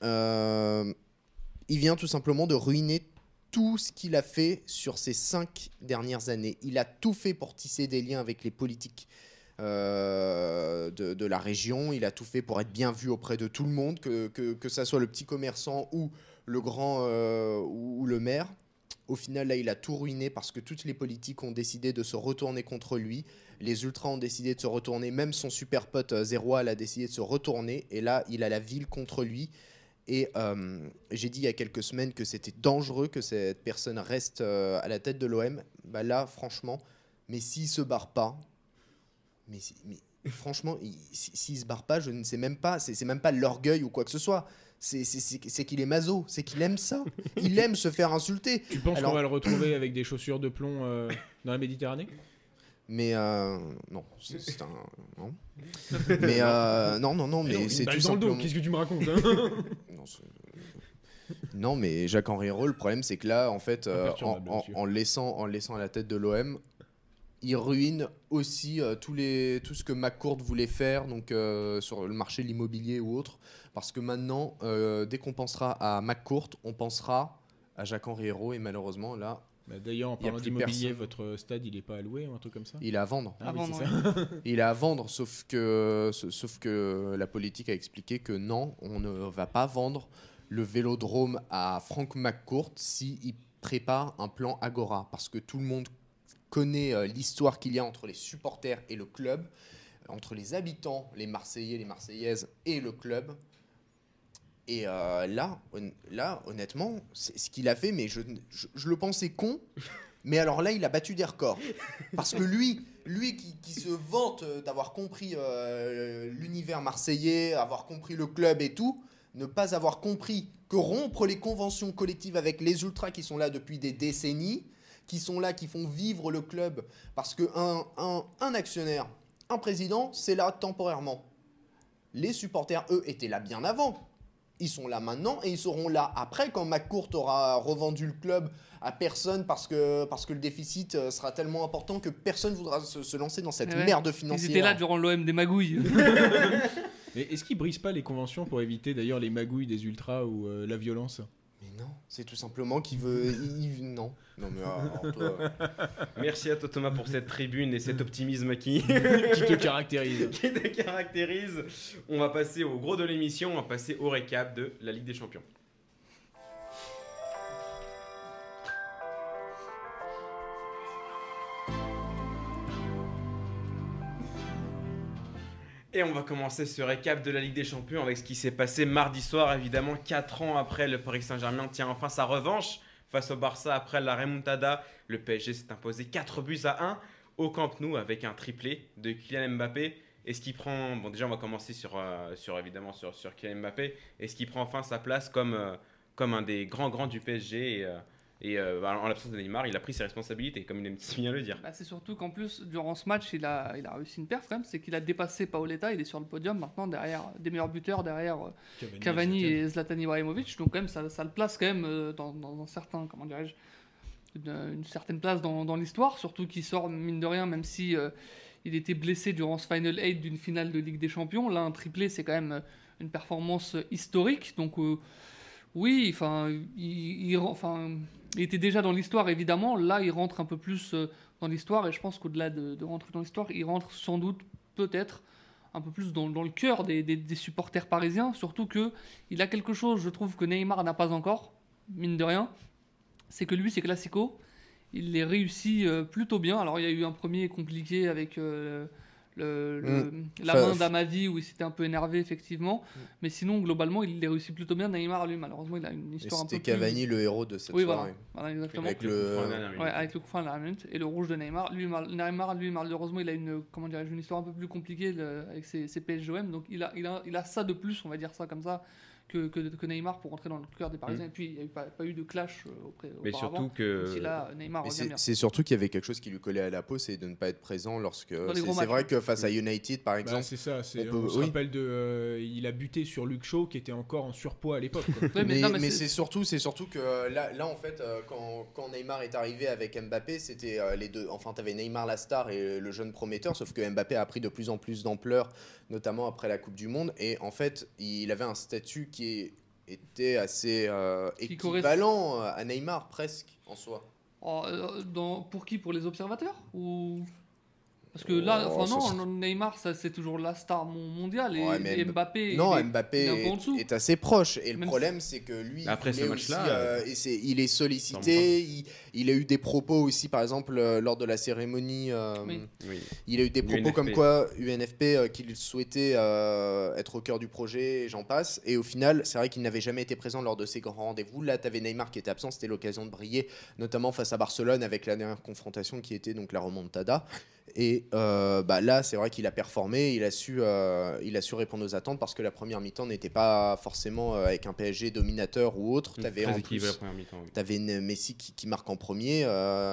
il vient tout simplement de ruiner tout ce qu'il a fait sur ces 5 dernières années. Il a tout fait pour tisser des liens avec les politiques de la région. Il a tout fait pour être bien vu auprès de tout le monde, que ça soit le petit commerçant ou le grand ou le maire. Au final, là, il a tout ruiné parce que toutes les politiques ont décidé de se retourner contre lui. Les ultras ont décidé de se retourner. Même son super pote Zéroal a décidé de se retourner. Et là, il a la ville contre lui. Et j'ai dit il y a quelques semaines que c'était dangereux que cette personne reste à la tête de l'OM. Bah là, franchement, mais s'il se barre pas, mais franchement, s'il se barre pas, je ne sais même pas, c'est même pas l'orgueil ou quoi que ce soit. C'est qu'il est maso, c'est qu'il aime ça. Il aime se faire insulter. Tu penses qu'on va le retrouver avec des chaussures de plomb dans la Méditerranée ? Mais non, c'est un non. Mais non, mais c'est tout dans le dos. simplement. Qu'est-ce que tu me racontes hein non, mais Jacques-Henri Hérault, le problème c'est que là, en fait, en le laissant à la tête de l'OM, il ruine aussi tout ce que McCourt voulait faire, donc sur le marché de l'immobilier ou autre, parce que maintenant, dès qu'on pensera à McCourt, on pensera à Jacques-Henri Hérault, et malheureusement là. D'ailleurs, en parlant d'immobilier, votre stade, il est pas à louer ou un truc comme ça ? Il est à vendre. Ah oui, c'est ça. Il est à vendre, sauf que la politique a expliqué que non, on ne va pas vendre le Vélodrome à Franck McCourt s'il prépare un plan Agora, parce que tout le monde connaît l'histoire qu'il y a entre les supporters et le club, entre les habitants, les Marseillais, les Marseillaises et le club. Et là, honnêtement, c'est ce qu'il a fait, mais je le pensais con, mais alors là, il a battu des records. Parce que lui qui se vante d'avoir compris l'univers marseillais, avoir compris le club et tout, ne pas avoir compris que rompre les conventions collectives avec les ultras qui sont là depuis des décennies, qui sont là, qui font vivre le club, parce qu'un actionnaire, un président, c'est là temporairement. Les supporters, eux, étaient là bien avant. Ils sont là maintenant et ils seront là après quand McCourt aura revendu le club à personne parce que le déficit sera tellement important que personne ne voudra se lancer dans cette merde financière. Ils étaient là durant l'OM des magouilles. Mais est-ce qu'ils brisent pas les conventions pour éviter d'ailleurs les magouilles des ultras ou la violence ? Mais non, c'est tout simplement qu'il veut... Non. Non mais alors, toi... Merci à toi Thomas pour cette tribune et cet optimisme qui te caractérise. Qui te caractérise. On va passer au gros de l'émission, on va passer au récap de la Ligue des Champions. Et on va commencer ce récap de la Ligue des Champions avec ce qui s'est passé mardi soir, évidemment 4 ans après le Paris Saint-Germain tient enfin sa revanche face au Barça après la remontada. Le PSG s'est imposé 4-1 au Camp Nou avec un triplé de Kylian Mbappé est-ce qu'il prend, bon déjà on va commencer sur Kylian Mbappé, est-ce qu'il prend enfin sa place comme un des grands du PSG en l'absence de Neymar, il a pris ses responsabilités, comme il aime si bien le dire. C'est surtout qu'en plus, durant ce match, il a réussi une perf quand même, c'est qu'il a dépassé Paoletta, il est sur le podium maintenant, derrière des meilleurs buteurs, derrière Cavani et Zlatan Ibrahimovic, donc quand même ça le place quand même dans un certain, comment dirais-je, une certaine place dans l'histoire, surtout qu'il sort, mine de rien, même si il était blessé durant ce Final 8 d'une finale de Ligue des Champions, là un triplé c'est quand même une performance historique, donc oui, enfin, il était déjà dans l'histoire, évidemment. Là, il rentre un peu plus dans l'histoire. Et je pense qu'au-delà de rentrer dans l'histoire, il rentre sans doute, peut-être, un peu plus dans le cœur des supporters parisiens. Surtout qu'il a quelque chose, je trouve, que Neymar n'a pas encore, mine de rien. C'est que lui, ses classicos, il les réussit plutôt bien. Alors, il y a eu un premier compliqué avec... la main d'Amadi où il s'était un peu énervé effectivement, mais sinon globalement il les réussit plutôt bien. Neymar lui malheureusement il a une histoire un peu plus... C'était Cavani le héros de cette soirée. Voilà exactement. Avec le coup franc à la dernière minute et le rouge de Neymar. Neymar lui malheureusement il a une histoire un peu plus compliquée avec ses PSGOM, donc il a ça de plus, on va dire ça comme ça, que Neymar pour rentrer dans le cœur des Parisiens. Et puis il n'y a pas eu de clash mais auparavant. Surtout que si là, Neymar revient bien. C'est surtout qu'il y avait quelque chose qui lui collait à la peau, c'est de ne pas être présent lorsque c'est vrai que face à United par exemple, c'est ça, on se rappelle il a buté sur Luke Shaw qui était encore en surpoids à l'époque. mais c'est surtout que là en fait quand Neymar est arrivé avec Mbappé, c'était les deux, enfin t'avais Neymar la star et le jeune prometteur, sauf que Mbappé a pris de plus en plus d'ampleur, notamment après la Coupe du Monde, et en fait il avait un statut qui était assez équivalent à Neymar presque en soi. Pour qui? Pour les observateurs ou... Parce que là, Neymar, c'est toujours la star mondiale et Mbappé, Mbappé est assez proche. Et le problème, c'est que lui, après ce match-là, il est sollicité. Il a eu des propos aussi, par exemple, lors de la cérémonie. Il a eu des propos comme quoi UNFP qu'il souhaitait être au cœur du projet, et j'en passe. Et au final, c'est vrai qu'il n'avait jamais été présent lors de ces grands rendez-vous. Là, tu avais Neymar qui était absent. C'était l'occasion de briller, notamment face à Barcelone avec la dernière confrontation qui était donc la remontada. Et là, c'est vrai qu'il a performé, il a su répondre aux attentes parce que la première mi-temps n'était pas forcément avec un PSG dominateur ou autre. T'avais Messi qui marque en premier.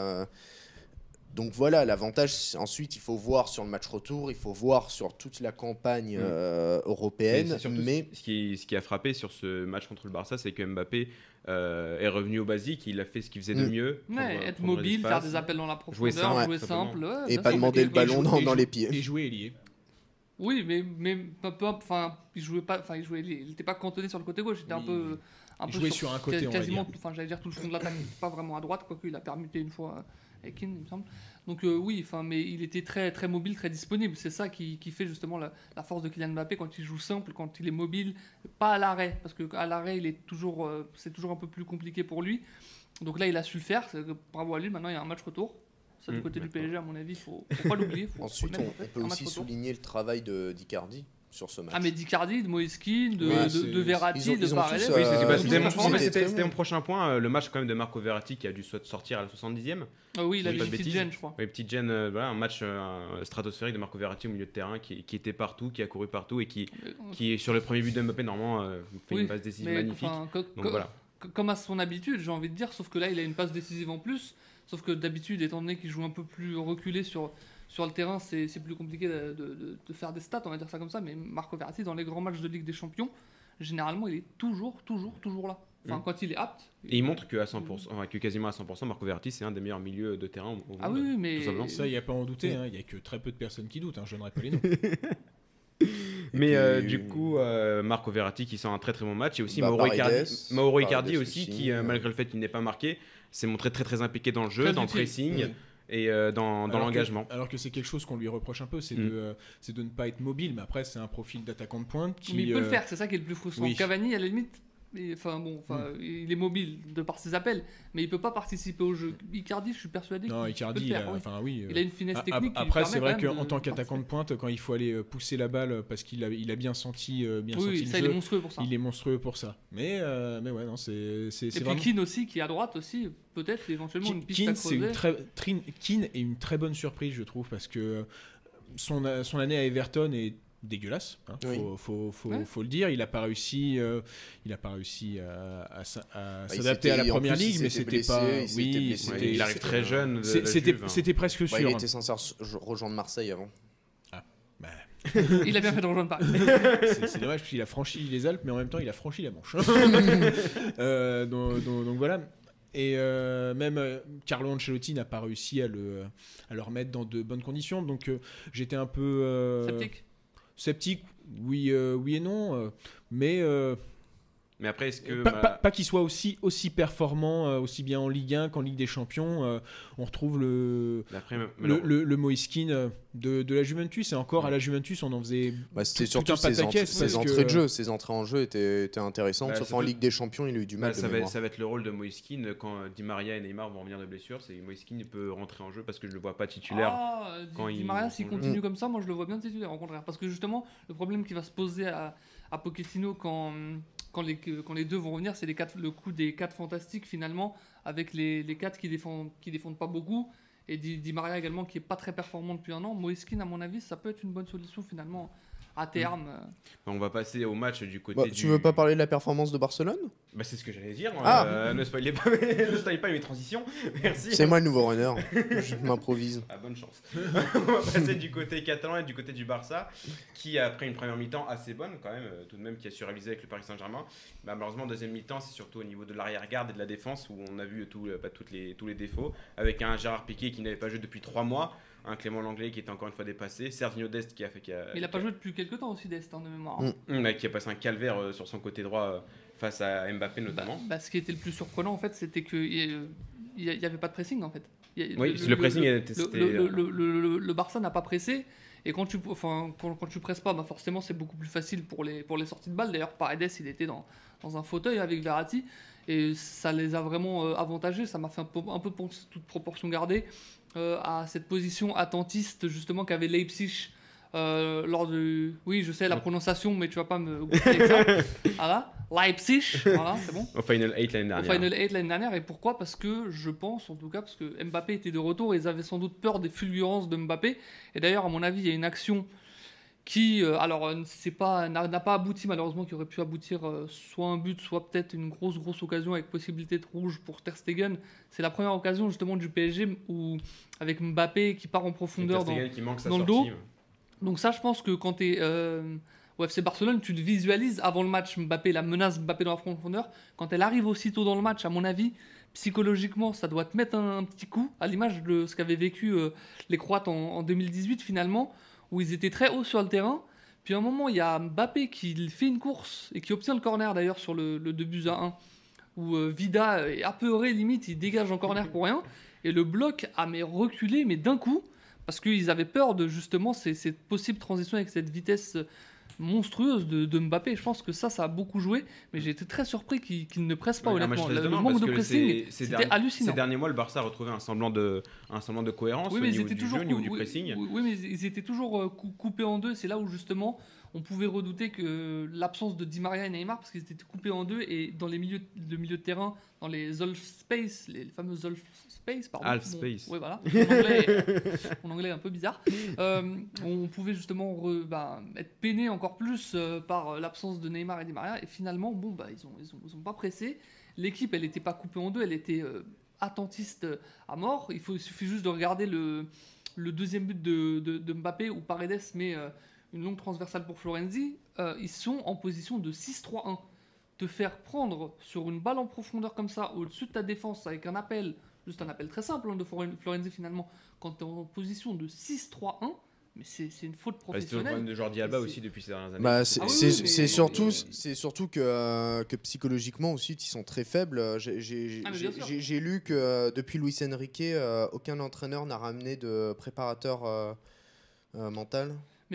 Donc voilà, l'avantage. Ensuite, il faut voir sur le match retour, il faut voir sur toute la campagne européenne. Mais ce qui a frappé sur ce match contre le Barça, c'est que Mbappé est revenu au basique, il a fait ce qu'il faisait de mieux. Être mobile, faire des appels dans la profondeur, jouer simple. Et pas demander le ballon dans les pieds. Et jouer ailier. Oui, mais il jouait pas, il n'était pas cantonné sur le côté gauche, il était un peu sur un côté, quasiment, j'allais dire tout le front de l'attaque, pas vraiment à droite, quoique il a permuté une fois avec Keane, il me semble. Donc mais il était très très mobile, très disponible. C'est ça qui fait justement la force de Kylian Mbappé quand il joue simple, quand il est mobile, pas à l'arrêt, parce que à l'arrêt c'est toujours un peu plus compliqué pour lui. Donc là il a su le faire, bravo à lui. Maintenant il y a un match retour. Ça du côté du PSG à mon avis, faut pas l'oublier. Ensuite on peut aussi souligner le travail d'Icardi sur ce match. Mais d'Icardi, de Moïse Kean, de Verratti, de Paredes. C'était mon prochain point, le match quand même de Marco Verratti qui a dû sortir à la 70e. Oui, il a eu une petite gêne, je crois. Oui, petite gêne, un match stratosphérique de Marco Verratti au milieu de terrain qui était partout, qui a couru partout et qui sur le premier but de Mbappé normalement fait une passe décisive magnifique. Donc voilà. Comme à son habitude, j'ai envie de dire, sauf que là il a une passe décisive en plus, sauf que d'habitude, étant donné qu'il joue un peu plus reculé sur le terrain, c'est plus compliqué de faire des stats, on va dire ça comme ça, mais Marco Verratti, dans les grands matchs de Ligue des Champions, généralement, il est toujours là. Enfin, quand il est apte. Et il montre que quasiment à 100%, Marco Verratti, c'est un des meilleurs milieux de terrain au monde. Oui, mais... Ça, il n'y a pas à en douter, il n'y a que très peu de personnes qui doutent, je ne donnerai pas les noms. Mais du coup, Marco Verratti qui sort un très très bon match, et aussi Mauro Icardi aussi, qui malgré le fait qu'il n'ait pas marqué, s'est montré très très impliqué dans le jeu, dans le pressing. Et dans l'engagement. Alors que c'est quelque chose qu'on lui reproche un peu, c'est de ne pas être mobile, mais après c'est un profil d'attaquant de pointe qui... Mais il peut le faire, c'est ça qui est le plus frustrant. Oui. Cavani, à la limite, il est mobile de par ses appels, mais il peut pas participer au jeu. Icardi, je suis persuadé qu'il il a une finesse technique. Après, c'est vrai qu'en tant qu'attaquant de pointe, quand il faut aller pousser la balle parce qu'il a bien senti le jeu, il est monstrueux pour ça. Il est monstrueux pour ça. Mais ouais, non, c'est et vraiment... puis Keane aussi, qui est à droite aussi, peut-être éventuellement une piste à creuser. Keane est une très bonne surprise, je trouve, parce que son année à Everton est dégueulasse, hein. Oui. Faut le dire. Il a pas réussi à s'adapter s'était- à la en première plus, il ligue, mais s'était c'était blessé, pas. il s'était Oui, blessé. Ouais, il arrive très jeune. de la c'était Juve, hein. c'était presque sûr. il était censé rejoindre Marseille avant. Bah, Il a bien fait de rejoindre Paris. c'est dommage parce qu'il a franchi les Alpes, mais en même temps il a franchi la Manche. Donc voilà. Et même Carlo Ancelotti n'a pas réussi à le remettre dans de bonnes conditions. Donc j'étais un peu sceptique. Oui et non. Mais après, est-ce que. pas qu'il soit aussi performant, aussi bien en Ligue 1 qu'en Ligue des Champions. On retrouve le Moïskine de la Juventus. Et encore, à la Juventus, on en faisait C'était tout surtout un ses pataquès. ses entrées de jeu. Ses entrées en jeu étaient intéressantes. Bah, Sauf ça en peut- Ligue des Champions, il a eu du mal de ça mémoire. va être le rôle de Moïskine quand Di Maria et Neymar vont revenir de blessure. C'est Moïskine peut rentrer en jeu parce que je le vois pas titulaire. quand Di il- Maria, s'il Mm. continue comme ça, moi je le vois bien titulaire, au contraire. Parce que justement, le problème qui va se poser à Pochettino quand les deux vont revenir, c'est le coup des 4 fantastiques finalement, avec les 4 qui défendent pas beaucoup. Et Di Maria également qui est pas très performant depuis un an. Moïskine, à mon avis, ça peut être une bonne solution finalement à terme. On va passer au match du côté Bah, du. tu veux pas parler de la performance de Barcelone? Bah, c'est ce que j'allais dire. Ah. Ne spoilez pas, ne spoilez pas mes transitions. Merci. C'est moi le nouveau runner. Je m'improvise. Ah, bonne chance. On va passer du côté catalan et du côté du Barça, qui a pris une première mi-temps assez bonne quand même, tout de même, qui a su rivaliser avec le Paris Saint-Germain. Bah, malheureusement, deuxième mi-temps, c'est surtout au niveau de l'arrière-garde et de la défense où on a vu tous les défauts, avec un Gérard Piqué qui n'avait pas joué depuis 3 mois, un Clément Langlais qui était encore une fois dépassé, Sergio Dest qui a fait... Mais il a pas joué depuis quelques temps aussi, Dest, de mémoire. Qui a passé un calvaire sur son côté droit face à Mbappé notamment. Ce qui était le plus surprenant en fait, c'était qu'il n'y avait pas de pressing en fait. Le pressing le Barça n'a pas pressé. Et quand tu presses pas, toute c'est beaucoup plus facile pour les sorties de balles. D'ailleurs, Paredes, il était dans un fauteuil avec Verratti. Et ça les a vraiment avantagés. Ça m'a fait un peu penser, toute proportion gardée, à cette position attentiste justement qu'avait Leipzig lors du... Oui, je sais la prononciation, mais tu vas pas me goûter avec ça. Voilà. Leipzig, voilà, c'est bon. Au Final 8 l'année dernière. Au Final 8 l'année dernière. Et pourquoi? Parce que je pense, en tout cas, parce que Mbappé était de retour et ils avaient sans doute peur des fulgurances de Mbappé. Et d'ailleurs, à mon avis, il y a une action qui, n'a pas abouti malheureusement, qui aurait pu aboutir soit un but, soit peut-être une grosse occasion avec possibilité de rouge pour Ter Stegen. C'est la première occasion justement du PSG où, avec Mbappé qui part en profondeur dans le dos. Donc ça, je pense que quand tu es au FC Barcelone, tu le visualises avant le match, la menace Mbappé dans la profondeur. Quand elle arrive aussitôt dans le match, à mon avis, psychologiquement, ça doit te mettre un petit coup, à l'image de ce qu'avaient vécu les Croates en 2018 finalement, où ils étaient très hauts sur le terrain. Puis à un moment, il y a Mbappé qui fait une course et qui obtient le corner d'ailleurs sur le 2-1, où Vida est apeuré, limite, il dégage en corner pour rien. Et le bloc a reculé, mais d'un coup, parce qu'ils avaient peur de justement cette possible transition avec cette vitesse monstrueuse de Mbappé. Je pense que ça a beaucoup joué, mais j'ai été très surpris qu'il ne presse pas, honnêtement. Le manque de pressing, c'était hallucinant. Ces derniers mois, le Barça a retrouvé un semblant de cohérence au niveau du jeu, au niveau du pressing. Oui, mais ils étaient toujours coupés en deux. C'est là où justement on pouvait redouter que l'absence de Di Maria et Neymar, parce qu'ils étaient coupés en deux, et dans le milieu de terrain, dans les Zolf Space, les fameux Zolf Space, pardon. Half Space. Oui, voilà. Mon anglais est un peu bizarre. On pouvait justement être peiné encore plus par l'absence de Neymar et Di Maria, et finalement, ils ont pas pressé. L'équipe, elle n'était pas coupée en deux, elle était attentiste à mort. Il suffit juste de regarder le deuxième but de Mbappé, où Paredes met une longue transversale pour Florenzi. Ils sont en position de 6-3-1. Te faire prendre sur une balle en profondeur comme ça, au-dessus de ta défense, avec un appel, juste un appel très simple de Florenzi finalement, quand tu es en position de 6-3-1, mais c'est une faute professionnelle. C'est le problème de Jordi Alba aussi depuis ces dernières années. Bah, c'est surtout que psychologiquement aussi, ils sont très faibles. J'ai lu que depuis Luis Enrique, aucun entraîneur n'a ramené de préparateur mental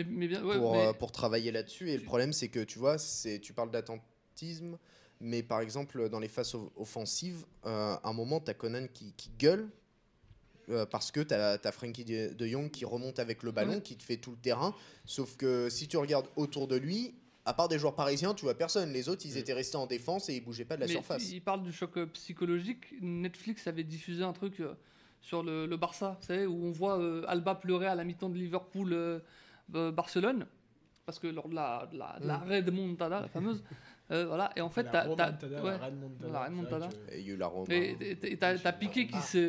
pour travailler là-dessus. Et le problème, c'est que tu vois, tu parles d'attentisme, mais par exemple, dans les phases offensives, à un moment, tu as Conan qui gueule. Parce que tu as Frenkie de Jong qui remonte avec le ballon, qui te fait tout le terrain. Sauf que si tu regardes autour de lui, à part des joueurs parisiens, tu vois personne. Les autres, ils étaient restés en défense et ils bougeaient pas de la surface. Il parle du choc psychologique. Netflix avait diffusé un truc sur le Barça, vous savez, où on voit Alba pleurer à la mi-temps de Liverpool-Barcelone, parce que lors de la Remontada, la fameuse, voilà, et en fait, la Remontada. Il y a eu la Roma. Et t'as Piqué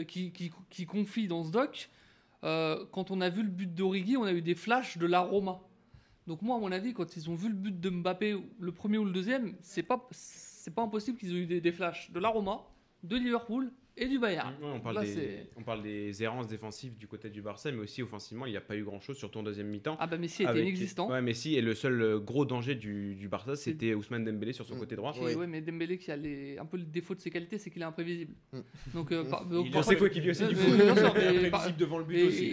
qui confie dans ce doc. Quand on a vu le but d'Origi, on a eu des flashs de la Roma. Donc moi, à mon avis, quand ils ont vu le but de Mbappé, le premier ou le deuxième, c'est pas impossible qu'ils aient eu des flashs de la Roma, de Liverpool et du Bayern. Ouais, on parle des errances défensives du côté du Barça, mais aussi offensivement, il n'y a pas eu grand-chose, surtout en deuxième mi-temps. Ah bah Messi était inexistant. Ouais, Messi, et le seul gros danger du Barça, c'était Ousmane Dembélé sur son côté droit. Oui, mais Dembélé qui a un peu le défaut de ses qualités, c'est qu'il est imprévisible. Donc, il est ses coéquipiers aussi, du coup. Imprévisible devant le but aussi.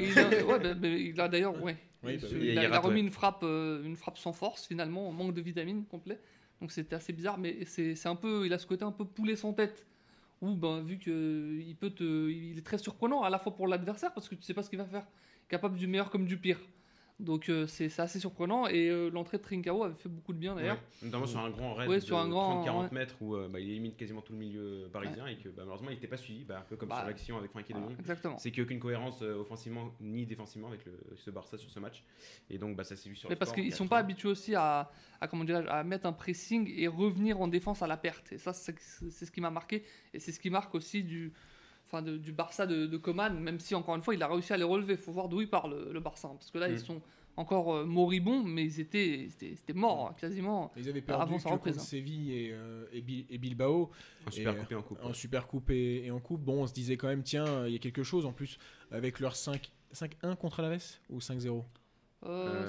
Il a d'ailleurs, il a remis une frappe sans force finalement, en manque de vitamines complet. Donc c'était assez bizarre, mais c'est un peu, il a ce côté un peu poulet sans tête. Ou vu qu'il il est très surprenant à la fois pour l'adversaire parce que tu sais pas ce qu'il va faire, capable du meilleur comme du pire. Donc c'est assez surprenant et l'entrée de Trincao avait fait beaucoup de bien d'ailleurs. Ouais, notamment sur un grand raid de 30-40 mètres où il élimine quasiment tout le milieu parisien et que malheureusement il n'était pas suivi, un peu comme sur l'action avec Frenkie de Jong. Exactement. C'est qu'il n'y a aucune cohérence offensivement ni défensivement avec ce Barça sur ce match et donc ça s'est vu sur le parce score. qu'ils sont pas habitués aussi à mettre un pressing et revenir en défense à la perte et ça c'est ce qui m'a marqué et c'est ce qui marque aussi du Barça de Koeman, même si encore une fois il a réussi à les relever. Il faut voir d'où il part le Barça, parce que là ils sont encore moribonds, mais c'était mort quasiment. Ils avaient perdu avant sa reprise. Contre Séville et Bilbao en Super Coupe et en Coupe. Bon, on se disait quand même, tiens, il y a quelque chose en plus avec leur 5-1 contre Alaves ou 5-0. 5-1,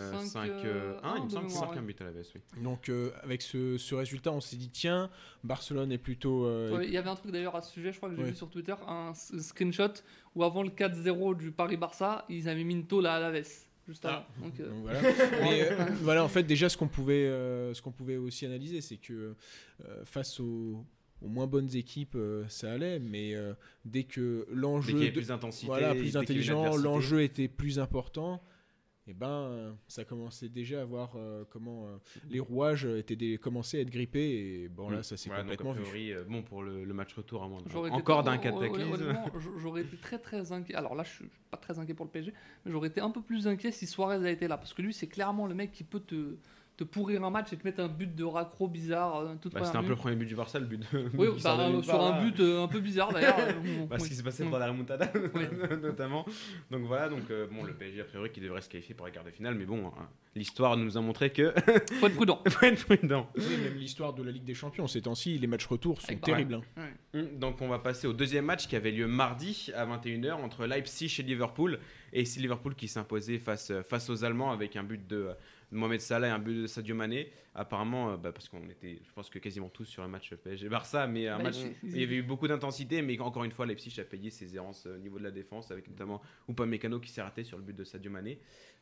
il me semble que 5-1 but à la baisse, oui. Donc avec ce résultat, on s'est dit tiens, Barcelone est plutôt... Il y avait un truc d'ailleurs à ce sujet, je crois que j'ai vu sur Twitter, un screenshot où avant le 4-0 du Paris-Barça, ils avaient mis une tôle à Alaves. Juste avant. Donc voilà. Mais voilà, en fait, déjà ce qu'on pouvait aussi analyser, c'est que face aux moins bonnes équipes, ça allait, mais dès que l'enjeu... Dès qu'il y avait plus d'intensité, plus intelligent, l'enjeu était plus important... Et ça commençait déjà à voir comment les rouages commençaient à être grippés et là ça s'est complètement donc, a priori, vu. Pour le match retour à moins encore d'un cataclysme. J'aurais été très inquiet. Alors là je suis pas très inquiet pour le PSG, mais j'aurais été un peu plus inquiet si Suarez a été là, parce que lui c'est clairement le mec qui peut te pourrir un match et te mettre un but de raccro bizarre. C'était un peu le premier but du Barça, le but de... Oui, sur un but un peu bizarre d'ailleurs. Ce qui s'est passé dans la remontada, notamment. Donc voilà, le PSG a priori qui devrait se qualifier pour la quart de finale, mais l'histoire nous a montré que... Faut être prudent. Oui, même l'histoire de la Ligue des Champions, ces temps-ci, les matchs retour sont terribles. Donc on va passer au deuxième match qui avait lieu mardi à 21h entre Leipzig et Liverpool. Et c'est Liverpool qui s'est imposé face aux Allemands avec un but de Mohamed Salah et un but de Sadio Mané. Apparemment, parce qu'on était, je pense que quasiment tous sur un match PSG-Barça, mais un match où il y avait eu beaucoup d'intensité, mais encore une fois, Leipzig a payé ses errances au niveau de la défense, avec notamment Upamecano qui s'est raté sur le but de Sadio Mané.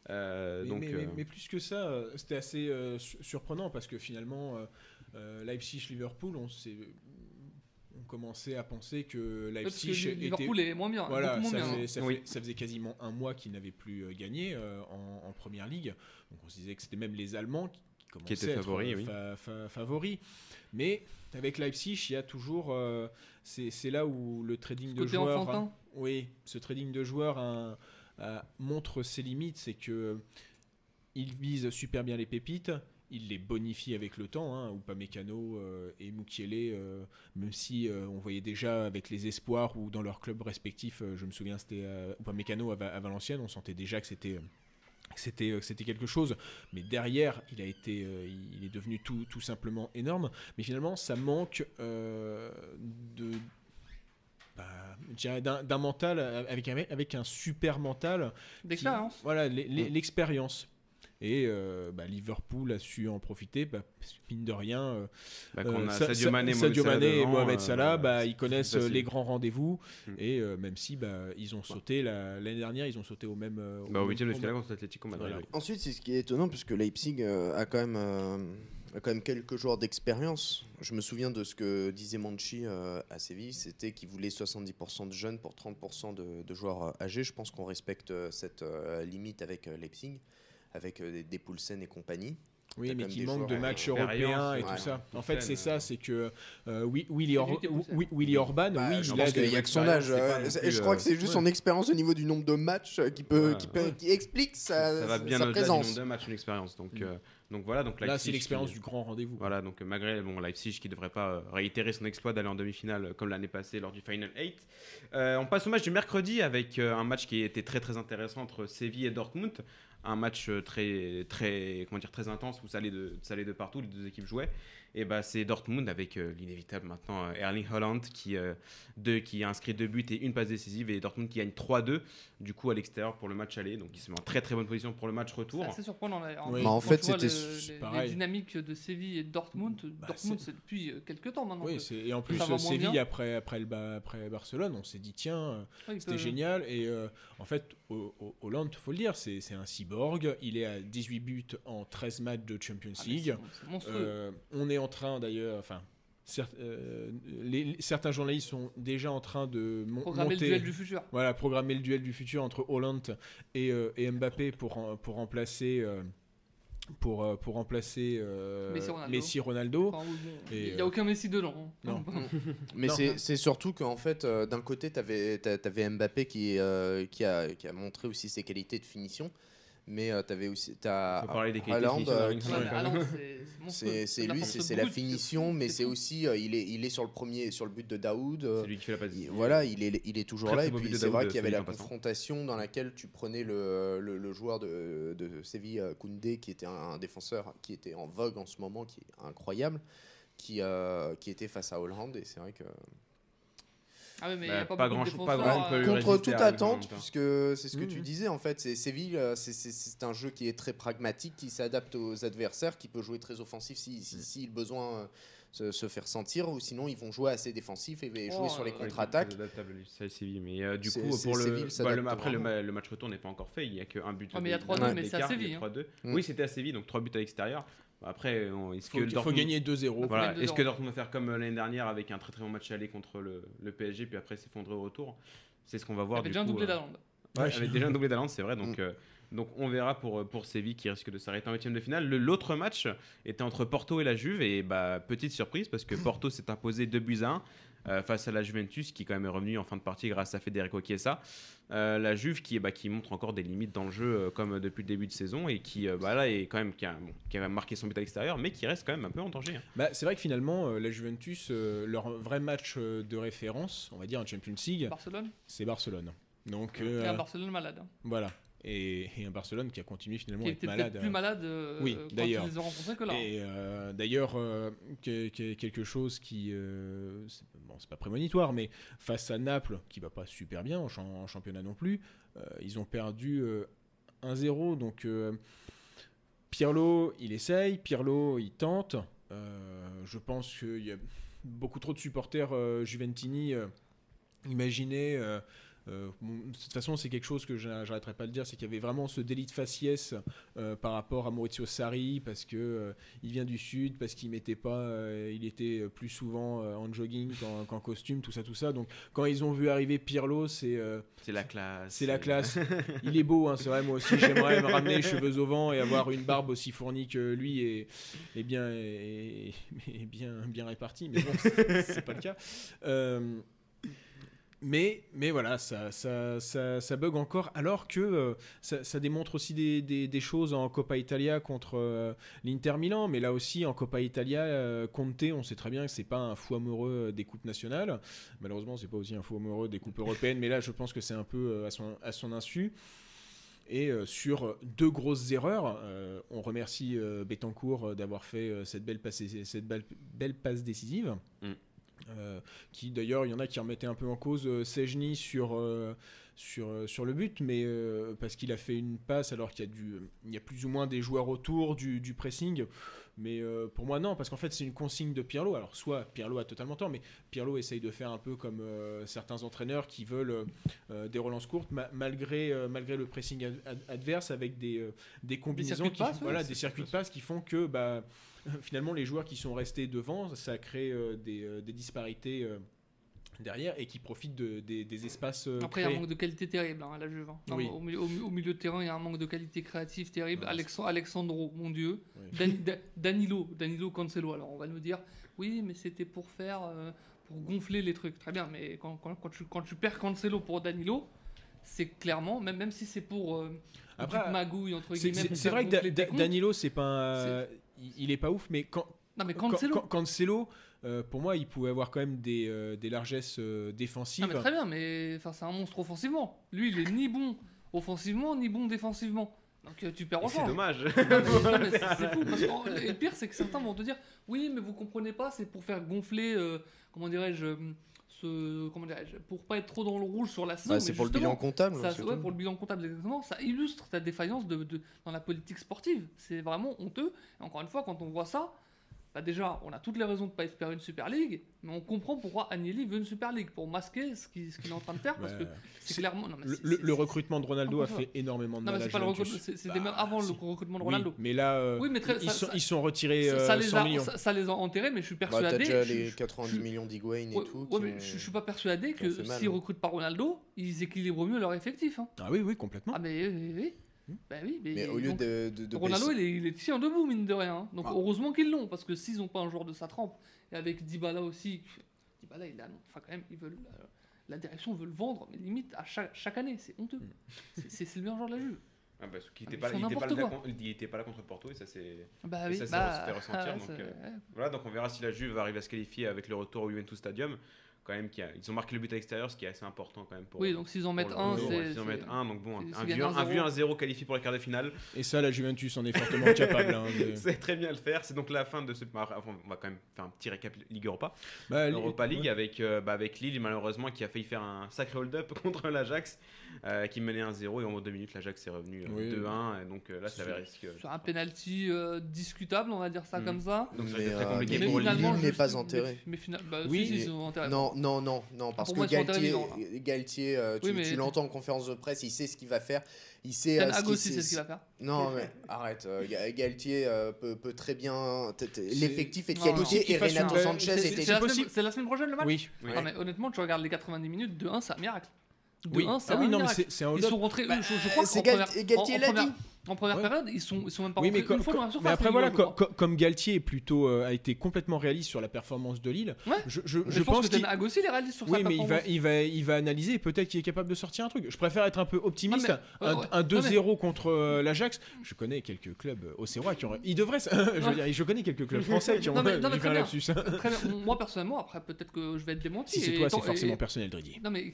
Mais plus que ça, c'était assez surprenant parce que finalement, Leipzig-Liverpool, on commençait à penser que Leipzig était... Liverpool est moins bien. Voilà, ça faisait quasiment un mois qu'ils n'avaient plus gagné en Première Ligue. Donc on se disait que c'était même les Allemands qui commençaient étaient favoris, à être favoris. Mais avec Leipzig, il y a toujours... c'est là où le trading de joueurs... ce trading de joueurs montre ses limites. C'est que il vise super bien les pépites. Il les bonifie avec le temps, Upamecano et Mukiele, même si on voyait déjà avec les espoirs ou dans leurs clubs respectifs, je me souviens c'était Upamecano à Valenciennes, on sentait déjà que c'était quelque chose, mais derrière il est devenu tout simplement énorme, mais finalement ça manque d'un mental avec un super mental d'expérience. Voilà, l'expérience. Et Liverpool a su en profiter, mine de rien. Quand on a Sadio Mané et Mohamed Salah, ils connaissent les grands rendez-vous. Et même si ils ont sauté l'année dernière, ils ont sauté au même. Au huitième de finale contre l'Atlético Madrid. Voilà. Ensuite, c'est ce qui est étonnant, puisque Leipzig a quand même quelques joueurs d'expérience. Je me souviens de ce que disait Monchi à Séville, c'était qu'il voulait 70% de jeunes pour 30% de joueurs âgés. Je pense qu'on respecte cette limite avec Leipzig, avec des Poulsen et compagnie. Oui, T'as mais quand qui même manque des de matchs joueurs européens et ouais, tout ça. ouais. En fait, c'est ça, c'est que Willy Willy Orban, Bah, oui, je il pense a qu'il des... y a que son âge. c'est pas non plus, Je crois que c'est juste ouais. son expérience au niveau du nombre de matchs qui explique Ça va bien sa au-delà du présence. nombre de matchs, une expérience. Donc voilà. Donc Là, Leipzig c'est l'expérience qui- du grand rendez-vous. Voilà, donc malgré Leipzig qui ne devrait pas réitérer son exploit d'aller en demi-finale comme l'année passée lors du Final 8. On passe au match du mercredi avec un match qui était très très intéressant entre Séville et Dortmund. Un match très intense où ça allait de partout, les deux équipes jouaient. Et bah, c'est Dortmund avec l'inévitable maintenant Erling Haaland qui a inscrit 2 buts et une passe décisive, et Dortmund qui gagne 3-2 du coup à l'extérieur pour le match aller. Donc il se met en très très bonne position pour le match retour. C'est assez surprenant là. Oui. Mais en Quand fait, tu vois c'était les pareil. dynamiques de Séville et de Dortmund. Dortmund, c'est depuis quelques temps maintenant. Oui, et en plus, ça va moins Séville, bien. après Barcelone, on s'est dit, tiens, Ouais, il c'était peut- génial. Et en fait, Hollande, il faut le dire, c'est un cyborg. Il est à 18 buts en 13 matchs de Champions Ah, mais League. c'est monstrueux. On est en train d'ailleurs, enfin, certains journalistes sont déjà en train de Programmer monter, le duel du futur. voilà, programmer le duel du futur entre Hollande et Mbappé pour remplacer. Pour remplacer Messi, Ronaldo. Enfin, oui, bon, Et, il n'y a aucun Messi dedans. hein. non. Mais Non. c'est surtout qu'en fait, d'un côté, t'avais Mbappé qui a montré aussi ses qualités de finition, mais t'avais aussi Faut parler des qualités Haaland, de finition d'Erling Ouais, Haaland, mais quand même. Haaland, c'est monstrueux. c'est de la lui, force c'est la brute, finition, mais c'est tout. aussi il est sur le but de Daoud. C'est lui qui fait la passe. Voilà, il est toujours Très, là. très Et beau puis but de c'est vrai Daoud, qu'il y avait soit la dit en passant. confrontation dans laquelle tu prenais le joueur de Séville, Koundé, qui était un défenseur qui était en vogue en ce moment, qui est incroyable, qui était face à Hollande. Et c'est vrai que Ah ouais, mais il Bah, y a pas pas beaucoup de grand-chose- pas défenseurs, grand- peut lui contre résister toute à attente, Hollande, hein. puisque c'est ce que tu Mhm. disais en fait, c'est Séville, c'est un jeu qui est très pragmatique, qui s'adapte aux adversaires, qui peut jouer très offensif si le besoin se fait ressentir, ou sinon ils vont jouer assez défensif et jouer sur les ouais, contre-attaques. C'est adaptable, c'est Séville. Mais du C'est- coup, c'est pour Séville le, s'adapte après vraiment. le match retour n'est pas encore fait. Il n'y a qu'un but. Ouais, mais il y a 3-2, Ouais. mais c'est à d'écart, il y a Séville. hein. 3-2. Mm. Oui, c'était à Séville, donc 3 buts à l'extérieur. Après, est-ce que Il faut Dortmund- gagner 2-0. Voilà. gagner Est-ce 2-0. que Dortmund va faire comme l'année dernière avec un très très bon match aller contre le PSG, puis après s'effondrer au retour? C'est ce qu'on va Il y voir. avait du déjà un coup, doublé d'Haaland. Ouais, avec déjà un doublé d'Haaland, c'est vrai. Donc on verra pour Séville qui risque de s'arrêter en 8e de finale. L'autre match était entre Porto et la Juve, et bah, petite surprise parce que Porto s'est imposé 2-1 face à la Juventus, qui quand même est revenu en fin de partie grâce à Federico Chiesa. La Juve qui montre encore des limites dans le jeu comme depuis le début de saison, et qui là est quand même qui a marqué son but à l'extérieur, mais qui reste quand même un peu en danger. Hein. Bah, c'est vrai que finalement, la Juventus, leur vrai match de référence, on va dire en Champions League, Barcelone. c'est Barcelone. Donc Et un Barcelone malade. hein. voilà. Et un Barcelone qui a continué finalement Qui à être était malade. peut-être plus malade Oui, quand d'ailleurs. ils les ont rencontrés que là. Et d'ailleurs, quelque chose qui. C'est pas prémonitoire, mais face à Naples, qui va pas super bien en championnat non plus, ils ont perdu 1-0. Donc Pirlo, il essaye, Pirlo, il tente. Je pense qu'il y a beaucoup trop de supporters Juventini imaginaient. De toute façon, c'est quelque chose que j'arrêterai pas de dire, c'est qu'il y avait vraiment ce délit de faciès par rapport à Maurizio Sarri, parce que il vient du sud, parce qu'il mettait pas, il était plus souvent en jogging qu'en costume, tout ça. Donc quand ils ont vu arriver Pirlo, c'est la classe. c'est la classe. Il est beau, hein, c'est vrai. Moi aussi, j'aimerais me ramener les cheveux au vent et avoir une barbe aussi fournie que lui et bien répartie. Mais bon, c'est pas le cas. Mais voilà, ça bug encore, alors que ça démontre aussi des choses en Coppa Italia contre l'Inter Milan. Mais là aussi, en Coppa Italia, Conte, on sait très bien que c'est pas un fou amoureux des coupes nationales. Malheureusement, c'est pas aussi un fou amoureux des coupes européennes. Mais là, je pense que c'est un peu à son insu. Et sur 2 grosses erreurs, on remercie Betancourt d'avoir fait cette belle passe décisive. Qui d'ailleurs, il y en a qui remettaient un peu en cause Sejny sur le but, mais parce qu'il a fait une passe alors qu'il y a plus ou moins des joueurs autour du pressing. Mais pour moi, non, parce qu'en fait, c'est une consigne de Pirlo. Alors, soit Pirlo a totalement tort, mais Pirlo essaye de faire un peu comme certains entraîneurs qui veulent des relances courtes, malgré le pressing adverse, avec des combinaisons, circuits de passe, ouais, des circuits de passe qui font que finalement les joueurs qui sont restés devant, ça crée des disparités derrière et qui profite des espaces Après, il y a créés. un manque de qualité terrible à la Juve. Non, Oui. au milieu de terrain, il y a un manque de qualité créative terrible. Ouais, Alexandro, mon Dieu. Oui. Danilo Cancelo. Alors, on va nous dire, oui, mais c'était pour pour gonfler les trucs. Très bien, mais quand tu perds Cancelo pour Danilo, c'est clairement, même si c'est pour Après, petite magouille, entre guillemets. pour c'est faire vrai que gonfler tes comptes. Danilo, c'est pas il est pas ouf, mais Non, mais Cancelo. Cancelo, pour moi, il pouvait avoir quand même des largesses défensives. Ah, mais très bien, mais c'est un monstre offensivement. Lui, il est ni bon offensivement, ni bon défensivement. Donc tu perds au C'est change. dommage. Non, mais c'est fou. Parce que, et le pire, c'est que certains vont te dire oui, mais vous comprenez pas, c'est pour faire gonfler, comment dirais-je, pour pas être trop dans le rouge sur la saison. Bah, c'est pour le bilan comptable. Ça, surtout. ouais, pour le bilan comptable, exactement. Ça illustre ta défaillance dans la politique sportive. C'est vraiment honteux. Et encore une fois, quand on voit ça, bah déjà, on a toutes les raisons de ne pas espérer une Super League, mais on comprend pourquoi Agnelli veut une Super League, pour masquer ce qu'il est en train de faire, parce que c'est clairement... Non, mais Le recrutement de Ronaldo a Encore fait énormément de Non, mais mal à c'est pas le Juventus. recrutement, c'était même avant le recrutement de Oui, Ronaldo. mais là, Oui, mais ils sont retirés ça les 100 millions. ça les a enterrés, mais je suis Bah, persuadé... t'as déjà je- les je- 90 je- millions d'Higuain et Ouais, tout. ouais, qui mais ont- je suis pas persuadé qui ont que fait mal, s'ils hein. recrutent pas Ronaldo, ils équilibrent mieux leur effectif. Hein. Ah oui, complètement. Ah, mais oui. Bah oui, Mais au lieu donc, de Ronaldo, baisser- il est ici en debout, mine de rien. Hein. Donc Ah. heureusement qu'ils l'ont, parce que s'ils n'ont pas un joueur de sa trempe, et avec Dybala aussi, Dybala, il a, enfin quand même, ils veulent, la direction veut le vendre, mais limite à chaque année, c'est honteux. C'est le meilleur joueur de la Juve. Ah, parce qu'il Ah, était mais pas, ils font il était pas n'importe là, quoi. il était pas là contre Porto et ça c'est. Bah Et oui, ça, ça bah, se fait ressentir, donc, ouais. Voilà, donc on verra si la Juve arrive à se qualifier avec le retour au Juventus Stadium. Quand même, ils ont marqué le but à l'extérieur, ce qui est assez important quand même pour. Oui, donc s'ils en pour mettent le un, retour, c'est. ouais, s'ils en mettent un, donc bon, c'est un gagner vieux 1-0. 1-0 qualifié pour les quarts de finale. Et ça, la Juventus en est fortement capable. Hein, C'est très bien le faire. C'est donc la fin de ce. Enfin, on va quand même faire un petit récap Ligue Europa. Bah, Europa League ouais. avec Lille, malheureusement, qui a failli faire un sacré hold-up contre l'Ajax, qui menait 1-0 et en 2 minutes, l'Ajax est revenu Oui. 2-1. Et donc là, ça avait risque. Sur un penalty discutable, on va dire ça Mhm. comme ça. Donc ça a Mais, été très compliqué mais pour Lille Lille. n'est pas enterré. Mais bah, Oui, si, mais- ils sont enterrés. Non, parce Pour que moi, ils sont enterrés Galtier, vivants, Galtier Oui, mais- tu l'entends en conférence de presse, il sait ce qu'il va faire. Il sait Ten ce Hag qu'il aussi, sait- c'est ce qu'il va faire. Non, mais arrête. Galtier peut très bien. L'effectif est de Non, non. Possible qualité qu'il et fasse Renato une- Sanchez c'est- était. C'est la, possible. c'est la semaine prochaine le match. Oui. Oui. Ah, mais honnêtement, tu regardes les 90 minutes, de 1, c'est un miracle. De Oui. 1, c'est Ah oui, un non, mais miracle. c'est un Ils hold-up. sont rentrés, Bah, je crois c'est qu'en première, Galtier l'a dit. en première Ouais. période, ils sont même pas Oui, mais rentrés une fois dans la mais surface. après les voilà, joueurs, je crois. comme Galtier est plutôt a été complètement réaliste sur la performance de Lille, Ouais. je Je pense que qu'il Ten Hag aussi, il est réaliste sur oui, sa mais performance. il va analyser et peut-être qu'il est capable de sortir un truc. Je préfère être un peu optimiste. Ah, mais- ouais, ouais. Un Non, 2-0 contre l'Ajax. Je connais quelques clubs auxerrois qui ont. Il devrait. Je connais quelques clubs français qui ont. Non, mais j'ai fait très un bien. lapsus. Très bien. Moi, personnellement, après, peut-être que je vais être démenti. Si c'est et toi, c'est tant- et- forcément personnel, Dridier. Non mais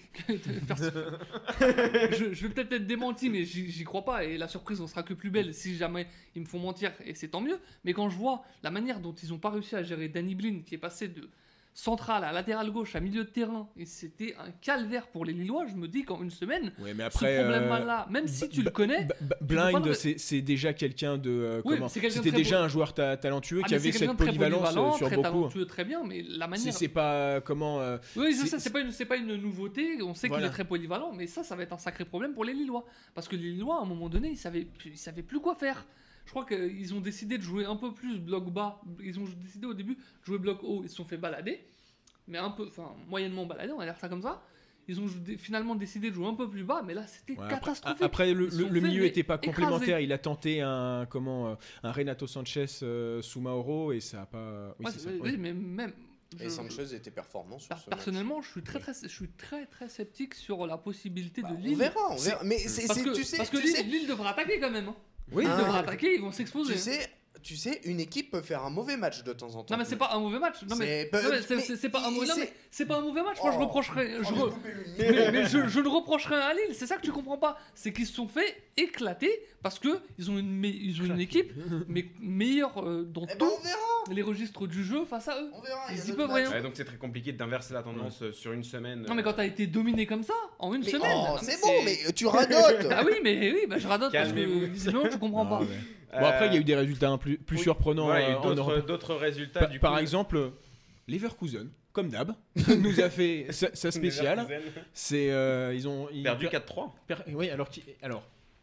je vais peut-être être démenti, mais j'y crois pas et la surprise on sera que plus belle si jamais ils me font mentir et c'est tant mieux. Mais quand je vois la manière dont ils ont pas réussi à gérer Danny Blin qui est passé de central à latéral gauche à milieu de terrain et c'était un calvaire pour les Lillois, je me dis qu'en une semaine Ouais, mais ce après. problème-là, même si tu le connais, Blind, pas le- c'est déjà quelqu'un de. Oui, comment c'est quelqu'un de C'était très déjà un joueur talentueux qui mais avait c'est cette quelqu'un de très polyvalence polyvalent, sur très beaucoup. talentueux, très bien, mais la manière. C'est pas comment. Oui, je c'est- sais, c'est pas une nouveauté. On sait Voilà. qu'il est très polyvalent, mais ça va être un sacré problème pour les Lillois. Parce que les Lillois, à un moment donné, ils savaient plus quoi faire. Je crois qu'ils ont décidé de jouer un peu plus bloc bas. Ils ont décidé au début de jouer bloc haut. Ils se sont fait balader, mais moyennement balader, on va dire ça comme ça. Ils ont finalement décidé de jouer un peu plus bas, mais là, c'était Ouais, catastrophique. Après, Ils sont le fait, milieu mais était pas écraser. complémentaire. Il a tenté un Renato Sanchez sous Mauro et ça a pas. Oui, Ouais, c'est ça. oui, Oui. mais même. Et Sanchez était performant sur ce match. Personnellement, je suis très sceptique sur la possibilité Bah, de on Lille. verra. Mais c'est, Parce que, tu sais, parce que tu sais, Lille devra attaquer quand même. Hein. Oui, Lille Ah. devra attaquer, ils vont s'exposer. tu sais, une équipe peut faire un mauvais match de temps en temps. Non mais c'est pas un mauvais match. Non mais c'est pas un mauvais. Non mais c'est pas un mauvais match. Moi je Oh. reprocherais. Je ne reprocherais à Lille. C'est ça que tu comprends pas. C'est qu'ils se sont fait éclater parce que ils ont une équipe mais meilleure dans Eh ben, tous on verra. les registres du jeu face à eux. On verra. il y a Ils y d'autres peuvent rien. matchs. Ouais, donc c'est très compliqué d'inverser la tendance sur une semaine. Non mais quand t'as été dominé comme ça en une Mais semaine. oh, non, c'est bon, mais tu radotes. Ah oui mais oui bah je radote parce que Calmez-vous. visiblement tu comprends pas. Ah, ouais. Bon, après, il y a eu des résultats plus oui. surprenants Voilà, il y a eu en Europe. d'autres résultats. du Par coup. exemple, Leverkusen, comme d'hab, nous a fait sa spéciale. Leverkusen. C'est ils ont Perdu 4-3. Oui, alors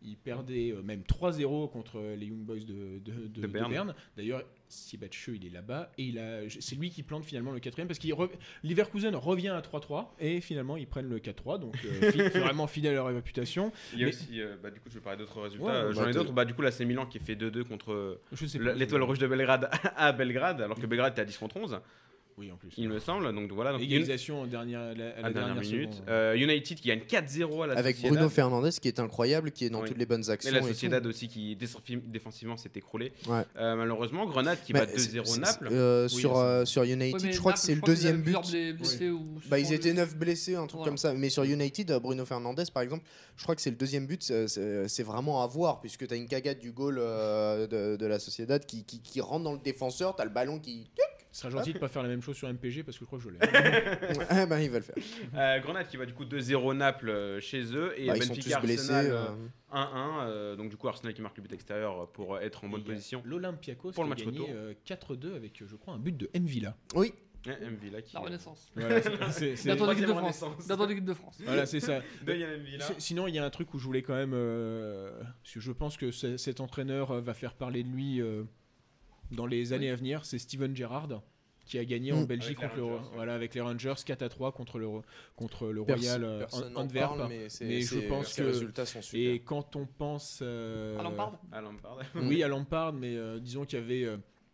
Ils perdaient même 3-0 contre les Young Boys de Berne. D'ailleurs, Siebatcheux, il est là-bas. Et c'est lui qui plante finalement le 4e parce que Leverkusen revient à 3-3. Et finalement, ils prennent le 4-3. Donc, vraiment fidèle à leur réputation. Il y a aussi, du coup, je vais parler d'autres résultats. J'en ai d'autres. Du coup, là, c'est Milan qui fait 2-2 contre l'Étoile Rouge de Belgrade à Belgrade. Alors que Belgrade était à 10 contre 11. Oui, en plus. Il me semble. Donc voilà. Égalisation à la dernière minute. United qui gagne 4-0 à la avec Sociedad. Bruno Fernandes qui est incroyable, qui est dans toutes les bonnes actions. Et la Sociedad aussi qui défensivement s'est écroulée. Ouais. Malheureusement, Grenade qui bat 2-0 Naples. sur United, je crois que c'est le deuxième but. Ils étaient 9 blessés, un truc comme ça. Mais sur United, Bruno Fernandes, par exemple, je crois que c'est le deuxième but. C'est vraiment à voir, puisque tu as une cagade du goal de la Sociedad qui rentre dans le défenseur, tu as le ballon qui... Ce serait gentil de ne pas faire la même chose sur MPG parce que je crois que je l'ai. Ils veulent faire. Grenade qui va du coup 2-0 Naples chez eux et Benfica Arsenal 1-1. Donc du coup Arsenal qui marque le but extérieur pour être en bonne position. L'Olympiakos qui a gagné 4-2 avec je crois un but de Mvila. Oui. Mvila qui... La Renaissance. Voilà, Bientôt l'équipe de France. Bientôt l'équipe de France. Voilà, c'est ça. Mvila. Sinon, il y a un truc où je voulais quand même... parce que je pense que cet entraîneur va faire parler de lui... dans les années à venir, c'est Steven Gerrard qui a gagné en Belgique avec les Rangers 4-3 contre le Royal Antwerp. Mais je pense que résultats sont super. Et quand on pense à Lampard. Oui, à Lampard, mais disons qu'il y avait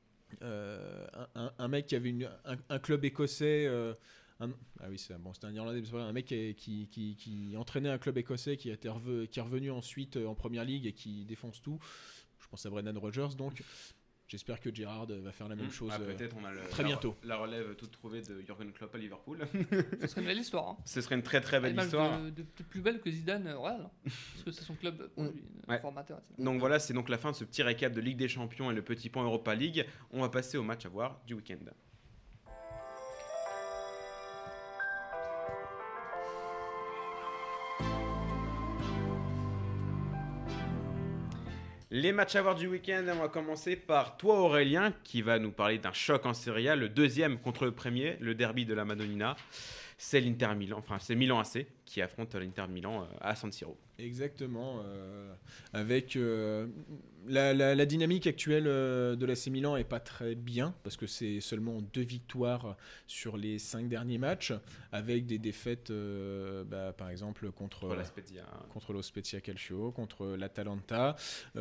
un mec qui avait un club écossais. C'est un Irlandais, un mec qui entraînait un club écossais qui est revenu ensuite en Première Ligue et qui défonce tout. Je pense à Brendan Rodgers donc. J'espère que Gerrard va faire la même chose peut-être on a très bientôt. La relève toute trouvée de Jürgen Klopp à Liverpool. Ce serait une belle histoire. Ce serait une très très belle histoire. De plus belle que Zidane Real, parce que c'est son club pour lui, formateur. Etc. Donc voilà, c'est donc la fin de ce petit récap de Ligue des Champions et le petit point Europa League. On va passer au match à voir du week-end. Les matchs à voir du week-end, on va commencer par toi Aurélien qui va nous parler d'un choc en Serie A, le deuxième contre le premier, le derby de la Madonnina. C'est l'Inter Milan, c'est Milan AC qui affronte l'Inter Milan à San Siro. Exactement, avec la dynamique actuelle de l'AC Milan est pas très bien parce que c'est seulement 2 victoires sur les 5 derniers matchs avec des défaites par exemple contre l'O Spezia Calcio, contre l'Atalanta,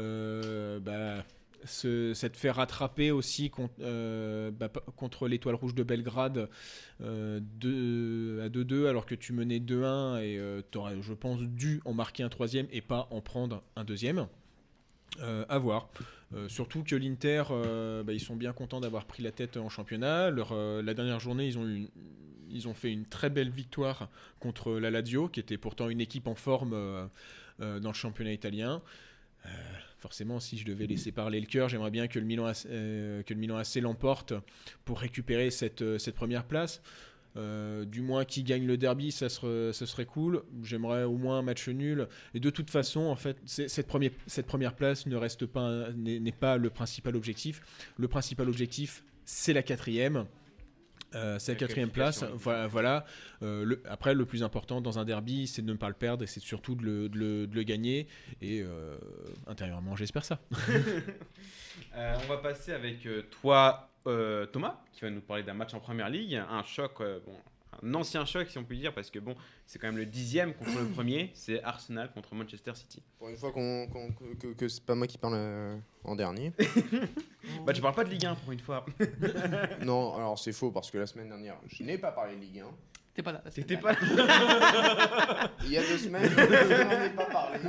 s'être fait rattraper aussi contre l'Étoile Rouge de Belgrade à 2-2 alors que tu menais 2-1 et t'aurais, je pense, dû en marquer un troisième et pas en prendre un deuxième. À voir. Surtout que l'Inter, ils sont bien contents d'avoir pris la tête en championnat. La dernière journée, ils ont fait une très belle victoire contre la Lazio, qui était pourtant une équipe en forme dans le championnat italien. Forcément, si je devais laisser parler le cœur, j'aimerais bien que le Milan AC l'emporte pour récupérer cette première place. Du moins qui gagne le derby, ça serait cool. J'aimerais au moins un match nul. Et de toute façon, en fait, cette première place n'est pas le principal objectif. Le principal objectif, c'est la 4e. C'est la 4e place. Voilà. Après, le plus important dans un derby, c'est de ne pas le perdre et c'est surtout de le gagner. Et intérieurement, j'espère ça. On va passer avec toi, Thomas, qui va nous parler d'un match en Première Ligue. Un choc, un ancien choc, si on peut dire, parce que c'est quand même le 10e contre le premier. C'est Arsenal contre Manchester City. Pour une fois que c'est pas moi qui parle en dernier. Tu parles pas de Ligue 1 pour une fois. Non, alors c'est faux parce que la semaine dernière, je n'ai pas parlé de Ligue 1. T'es pas là. T'étais pas là. Il y a 2 semaines, je n'en ai pas parlé.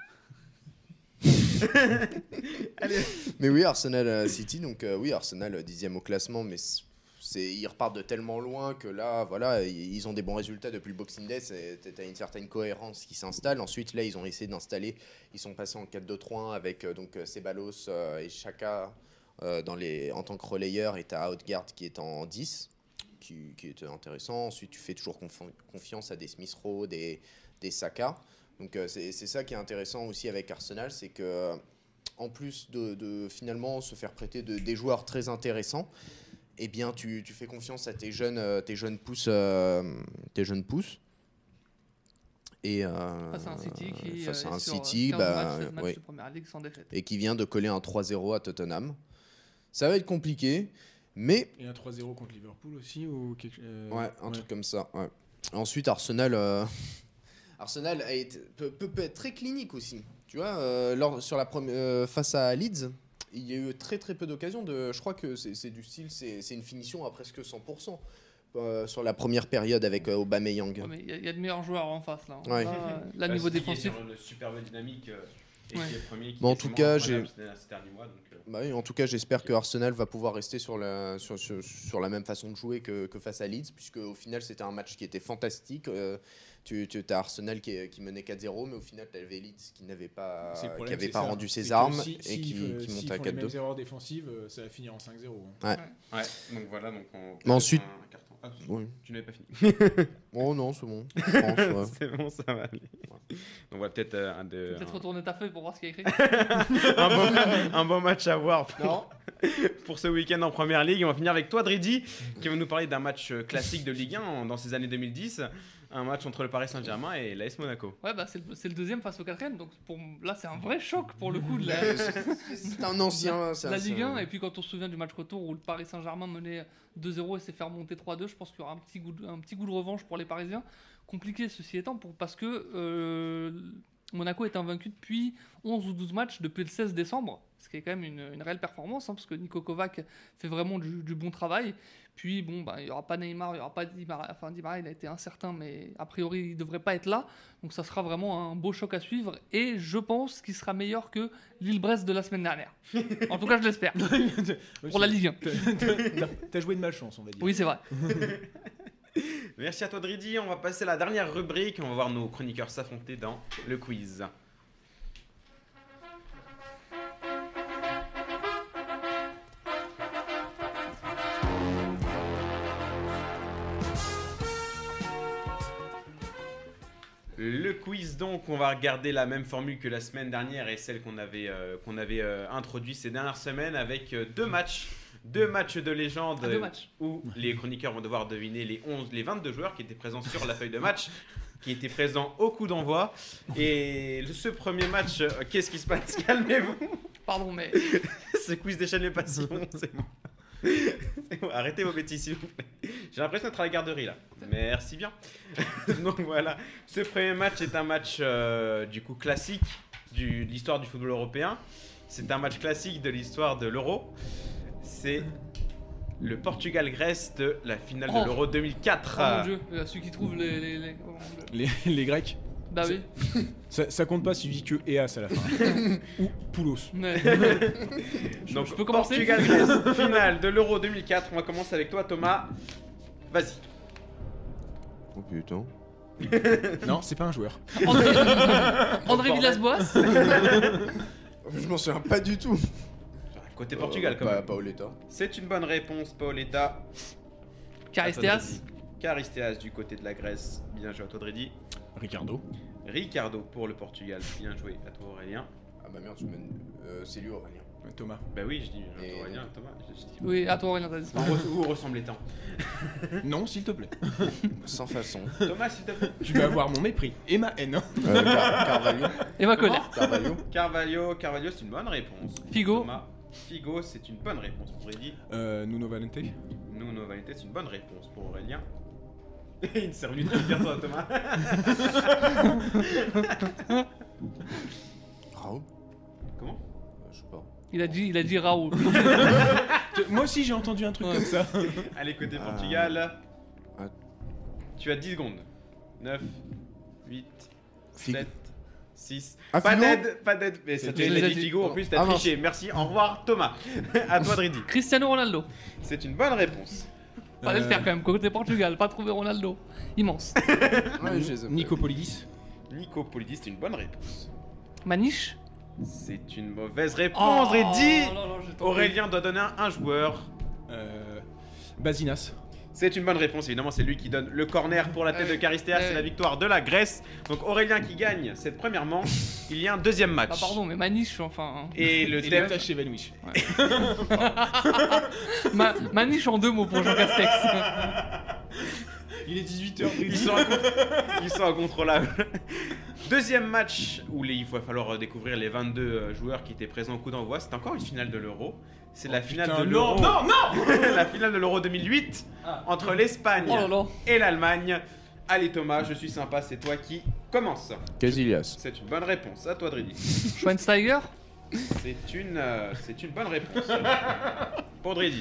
Mais oui, Arsenal City, donc oui, Arsenal 10e au classement, mais ils repartent de tellement loin que là, voilà, ils ont des bons résultats depuis le Boxing Day, t'as une certaine cohérence qui s'installe. Ensuite, là, ils ont essayé d'installer, ils sont passés en 4-2-3-1 avec donc Ceballos et Xhaka en tant que relayeur, et t'as Odegaard qui est en 10, qui est intéressant. Ensuite, tu fais toujours confiance à des Smith Rowe, des Saka. Donc c'est ça qui est intéressant aussi avec Arsenal, c'est que en plus de finalement se faire prêter des joueurs très intéressants, eh bien tu fais confiance à tes jeunes pousses. Et Face à un City qui face à est un sur City, 15 matchs, 16 matchs ouais. de première ligue sans défaite. Et qui vient de coller un 3-0 à Tottenham. Ça va être compliqué, mais Et un 3-0 contre Liverpool aussi ou ouais, un truc comme ça. Ouais. Ensuite, Arsenal peut être très clinique aussi. Tu vois, sur la face à Leeds, il y a eu très très peu d'occasions. Je crois que c'est du style, c'est une finition à presque 100%. Sur la première période avec Aubameyang. Ouais, mais il y a de meilleurs joueurs en face là. Ouais. Là, niveau défensif. Sur une superbe dynamique et Ouais. qui est premier. Qui Bon, en est tout vraiment cas, incroyable ces derniers mois, donc, Bah oui, en tout cas, j'espère que Arsenal va pouvoir rester sur la même façon de jouer que face à Leeds, puisque au final, c'était un match qui était fantastique. Tu as Arsenal qui menait 4-0, mais au final, tu avais Leeds qui n'avait pas, rendu ses armes et qui montait à 4-2. Les mêmes erreurs défensives, ça va finir en 5-0. ouais, donc voilà. Donc Mais ensuite- un carton. Ah, Oui. tu n'avais pas fini. Oh non, c'est bon. Je pense, ouais. C'est bon, ça va aller. Donc voilà, peut-être Peut-être retourner ta feuille pour voir ce qu'il y a écrit. un bon match à voir Non. pour ce week-end en Première Ligue. On va finir avec toi, Dridi, qui va nous parler d'un match classique de Ligue 1 dans ces années 2010. Un match entre le Paris Saint-Germain et l'AS Monaco. Ouais, bah c'est le deuxième face au quatrième, donc là c'est un vrai choc pour le coup de la, C'est un ancien. la Ligue 1. Et puis quand on se souvient du match retour où le Paris Saint-Germain menait 2-0 et s'est fait remonter 3-2, je pense qu'il y aura un petit goût de revanche pour les Parisiens. Compliqué ceci étant, parce que Monaco est invaincu depuis 11 ou 12 matchs depuis le 16 décembre, ce qui est quand même une réelle performance, parce que Niko Kovac fait vraiment du bon travail. Puis bon, bah, il n'y aura pas Neymar, il n'y aura pas Di Maria. Enfin, Di Maria, il a été incertain, mais a priori, il ne devrait pas être là. Donc ça sera vraiment un beau choc à suivre. Et je pense qu'il sera meilleur que Lille-Brest de la semaine dernière. En tout cas, je l'espère. Pour la Ligue 1. T'as joué de malchance, on va dire. Oui, c'est vrai. Merci à toi, Dridi. On va passer à la dernière rubrique. On va voir nos chroniqueurs s'affronter dans le quiz. Le quiz, donc, on va regarder la même formule que la semaine dernière et celle qu'on avait introduite ces dernières semaines avec deux matchs de légende Deux matchs. où les chroniqueurs vont devoir deviner les 22 joueurs qui étaient présents sur la feuille de match, qui étaient présents au coup d'envoi. Et ce premier match, qu'est-ce qui se passe? Calmez-vous. Pardon, mais Ce quiz déchaîne les passions, c'est bon. C'est bon. Arrêtez vos bêtises, s'il vous plaît. J'ai l'impression d'être à la garderie là. Merci bien. Donc voilà, ce premier match est un match du coup classique de l'histoire du football européen. C'est un match classique de l'histoire de l'Euro. C'est le Portugal-Grèce de la finale de l'Euro 2004. oh mon dieu, celui qui trouve les... oh mon Dieu. Les Grecs, Bah oui. ça compte pas s'il dit que EAS à la fin. Ou Poulos. Mais- Donc je peux commencer Portugal-Grèce, finale de l'Euro 2004. On va commencer avec toi, Thomas. Vas-y. Oh putain. Non, c'est pas un joueur. André Villas-Boas. Je m'en souviens pas du tout. Côté Portugal, quand même. Paoletta. C'est une bonne réponse, Paoletta. Caristéas. Caristéas du côté de la Grèce. Bien joué à toi, Dridi. Ricardo. Ricardo pour le Portugal. Bien joué à toi, Aurélien. Ah bah merde, c'est lui Aurélien. Thomas. Bah oui, je dis Et- Aurélien, Thomas. Je dis- Oui, à toi, Aurélien, t'as dit ça. Où ressemblait-on? Non, s'il te plaît. Sans façon. Thomas, s'il te plaît. Tu vas avoir mon mépris et ma haine. Carvalho. Et ma colère. Carvalho, c'est une bonne réponse. Figo. Thomas. Figo, c'est une bonne réponse pour Dridi. Nuno Valente. Nuno Valente, c'est une bonne réponse pour Aurélien. Il ne s'est revenu de dire toi, Thomas. Raoul. Comment? Je sais pas. Il a dit Raoul. Moi aussi j'ai entendu un truc comme ça. Allez, côté Portugal. Ah. Tu as 10 secondes. 9, 8, Figo. 7, 6. Ah, Pas Figo d'aide, pas d'aide. Mais ça Je te les l'a ai dit dit. Figo, en plus t'as Ah, mince. triché. Merci, au revoir Thomas. À toi Dridi. Cristiano Ronaldo. C'est une bonne réponse. Fallait le faire quand même, côté Portugal, pas trouver Ronaldo. Immense. Ouais, je les ai. Nicopolidis. Nico Polidis, c'est une bonne réponse. Maniche. C'est une mauvaise réponse, Dridi. là là, j'ai tombé. Aurélien doit donner un joueur. Basinas. C'est une bonne réponse, évidemment, c'est lui qui donne le corner pour la tête de Caristéas, c'est la victoire de la Grèce. Donc Aurélien qui gagne cette première manche. Il y a un deuxième match. Bah pardon, mais Maniche, enfin. Et le Et thème. l'attaché Vanouich. Maniche en deux mots pour Jean Castex. Il est 18h. Ils sont incontrôlables. Deuxième match où il va falloir découvrir les 22 joueurs qui étaient présents au coup d'envoi. C'est encore une finale de l'Euro. C'est la finale de l'Euro. Non. La finale de l'Euro 2008 entre l'Espagne Oh là là. et l'Allemagne. Allez Thomas, je suis sympa, c'est toi qui commence. Casillas. C'est une bonne réponse. À toi Dridi. Schweinsteiger. C'est une bonne réponse. Pour Dridi.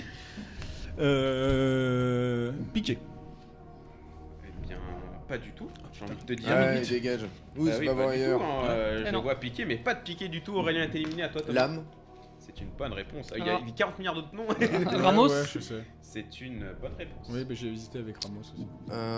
Piqué. Eh bien, pas du tout. J'ai envie de te dire. Ouais, dégage. Ouh, Bah c'est oui, pas pas voir du ailleurs. tout, hein. Eh Je non. vois piqué, mais pas de piqué du tout. Aurélien est éliminé. À toi Thomas. Lame. C'est une bonne réponse. Il y Alors. a 40 milliards d'autres noms. Ramos. Ouais, je sais. C'est une bonne réponse. Oui, j'ai hésité avec Ramos aussi.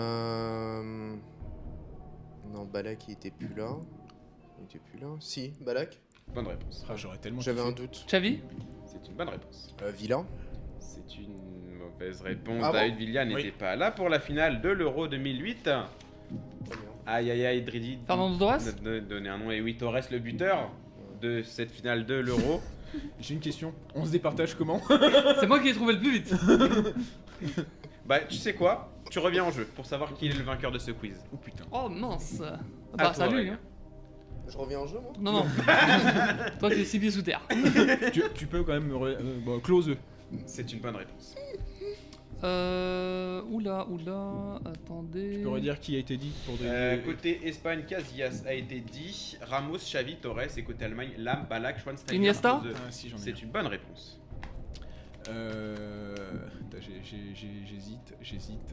Non, Balak il était plus là. Il était plus là. Si, Balak. Bonne réponse. Ah, j'aurais tellement. J'avais kiffé. un doute. Xavi. C'est une bonne réponse. Villa. C'est une mauvaise réponse. Ah bon David Villa n'était pas là pour la finale de l'Euro 2008. Aïe aïe aïe, Dridi. Fernando Torres. Donner un nom. Et oui, Torres, le buteur de cette finale de l'Euro. J'ai une question. On se départage comment? C'est moi qui ai trouvé le plus vite. Bah, tu sais quoi? Tu reviens en jeu pour savoir qui est le vainqueur de ce quiz. Oh putain. Oh mince. À Bah toi, salut. Aurélien. Hein. Je reviens en jeu, moi. Non non. Toi tu es 6 pieds sous terre. tu peux quand même bon, close. C'est une bonne réponse. Oula. Attendez. Tu peux redire qui a été dit pour des. Côté Espagne, Casillas a été dit. Ramos, Xavi, Torres. Et côté Allemagne, Lam, Balak, Schweinsteiger. Iniesta. Klose. Ah si, j'en ai. C'est une bonne réponse. Attends, j'hésite.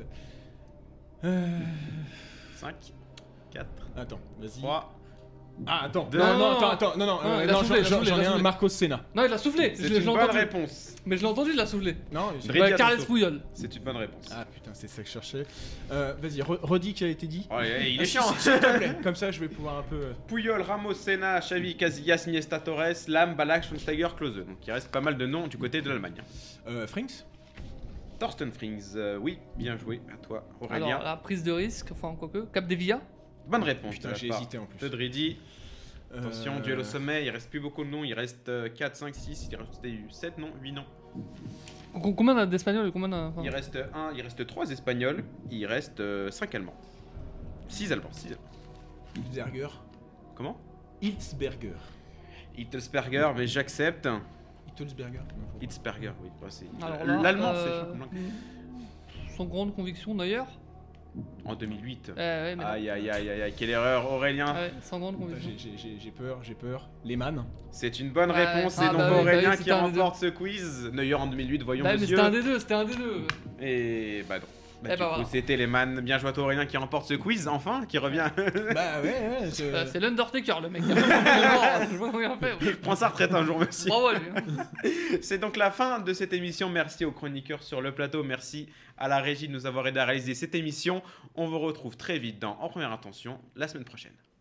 5, 4, Attends, vas-y. 3. Ah attends. Deux. Non, Non, attends. Non, il a soufflé, j'en ai un. soufflé. Marcos Senna. Non il l'a soufflé. C'est Je une l'ai bonne entendu. réponse. Mais je l'ai entendu, il l'a soufflé. Non. Dridi, à ton Carles tour. Puyol. C'est une bonne réponse. Ah putain, c'est ça que je cherchais. Vas-y, redis qui a été dit. Oh, il Ah, est si, chiant. s'il te plaît. Comme ça, je vais pouvoir un peu. Puyol, Ramos, Senna, Xavi, Casillas, Iniesta, Torres, Lam, Balak, Schweinsteiger, Klose. Donc il reste pas mal de noms du côté de l'Allemagne. Frinks. Thorsten Frings, oui, bien joué. À toi, Aurélien. Alors la prise de risque, enfin quoique. Cap de Villa. Bonne réponse. Putain, de la j'ai part hésité en plus. De Dridi. Attention, duel au sommet, il reste plus beaucoup de noms, il reste 4, 5, 6, il reste 7 noms, 8 noms. Combien d'Espagnols et combien enfin, Il reste 3 Espagnols, il reste 5 Allemands. 6 Allemands, 6 Allemands. Hitzberger. Comment? Hitzberger. Hitzberger, mais j'accepte. Hitzberger. Hitzberger, oui. Bah, c'est Alors là, l'allemand, c'est sans grande conviction d'ailleurs. en 2008. Ouais, mais non. Aïe, quelle erreur, Aurélien. Ouais, sans grande conviction. J'ai peur. Lehmann. C'est une bonne Ouais, réponse, ah c'est donc bah oui, Aurélien bah oui, qui c'était un des remporte ce quiz. Neuer en 2008, voyons Ouais, mais monsieur. c'était un des deux. Et bah non. Bah, Eh du bah coup, voilà. c'était Lehmann. Bien joué à toi, Aurélien, qui remporte ce quiz, enfin, qui revient. Bah ouais. C'est l'Undertaker le mec. Je vois rien faire. Prends sa retraite un jour, monsieur. Bravo à lui. Hein. C'est donc la fin de cette émission. Merci aux chroniqueurs sur le plateau. Merci à la régie de nous avoir aidé à réaliser cette émission. On vous retrouve très vite dans En Première Intention la semaine prochaine.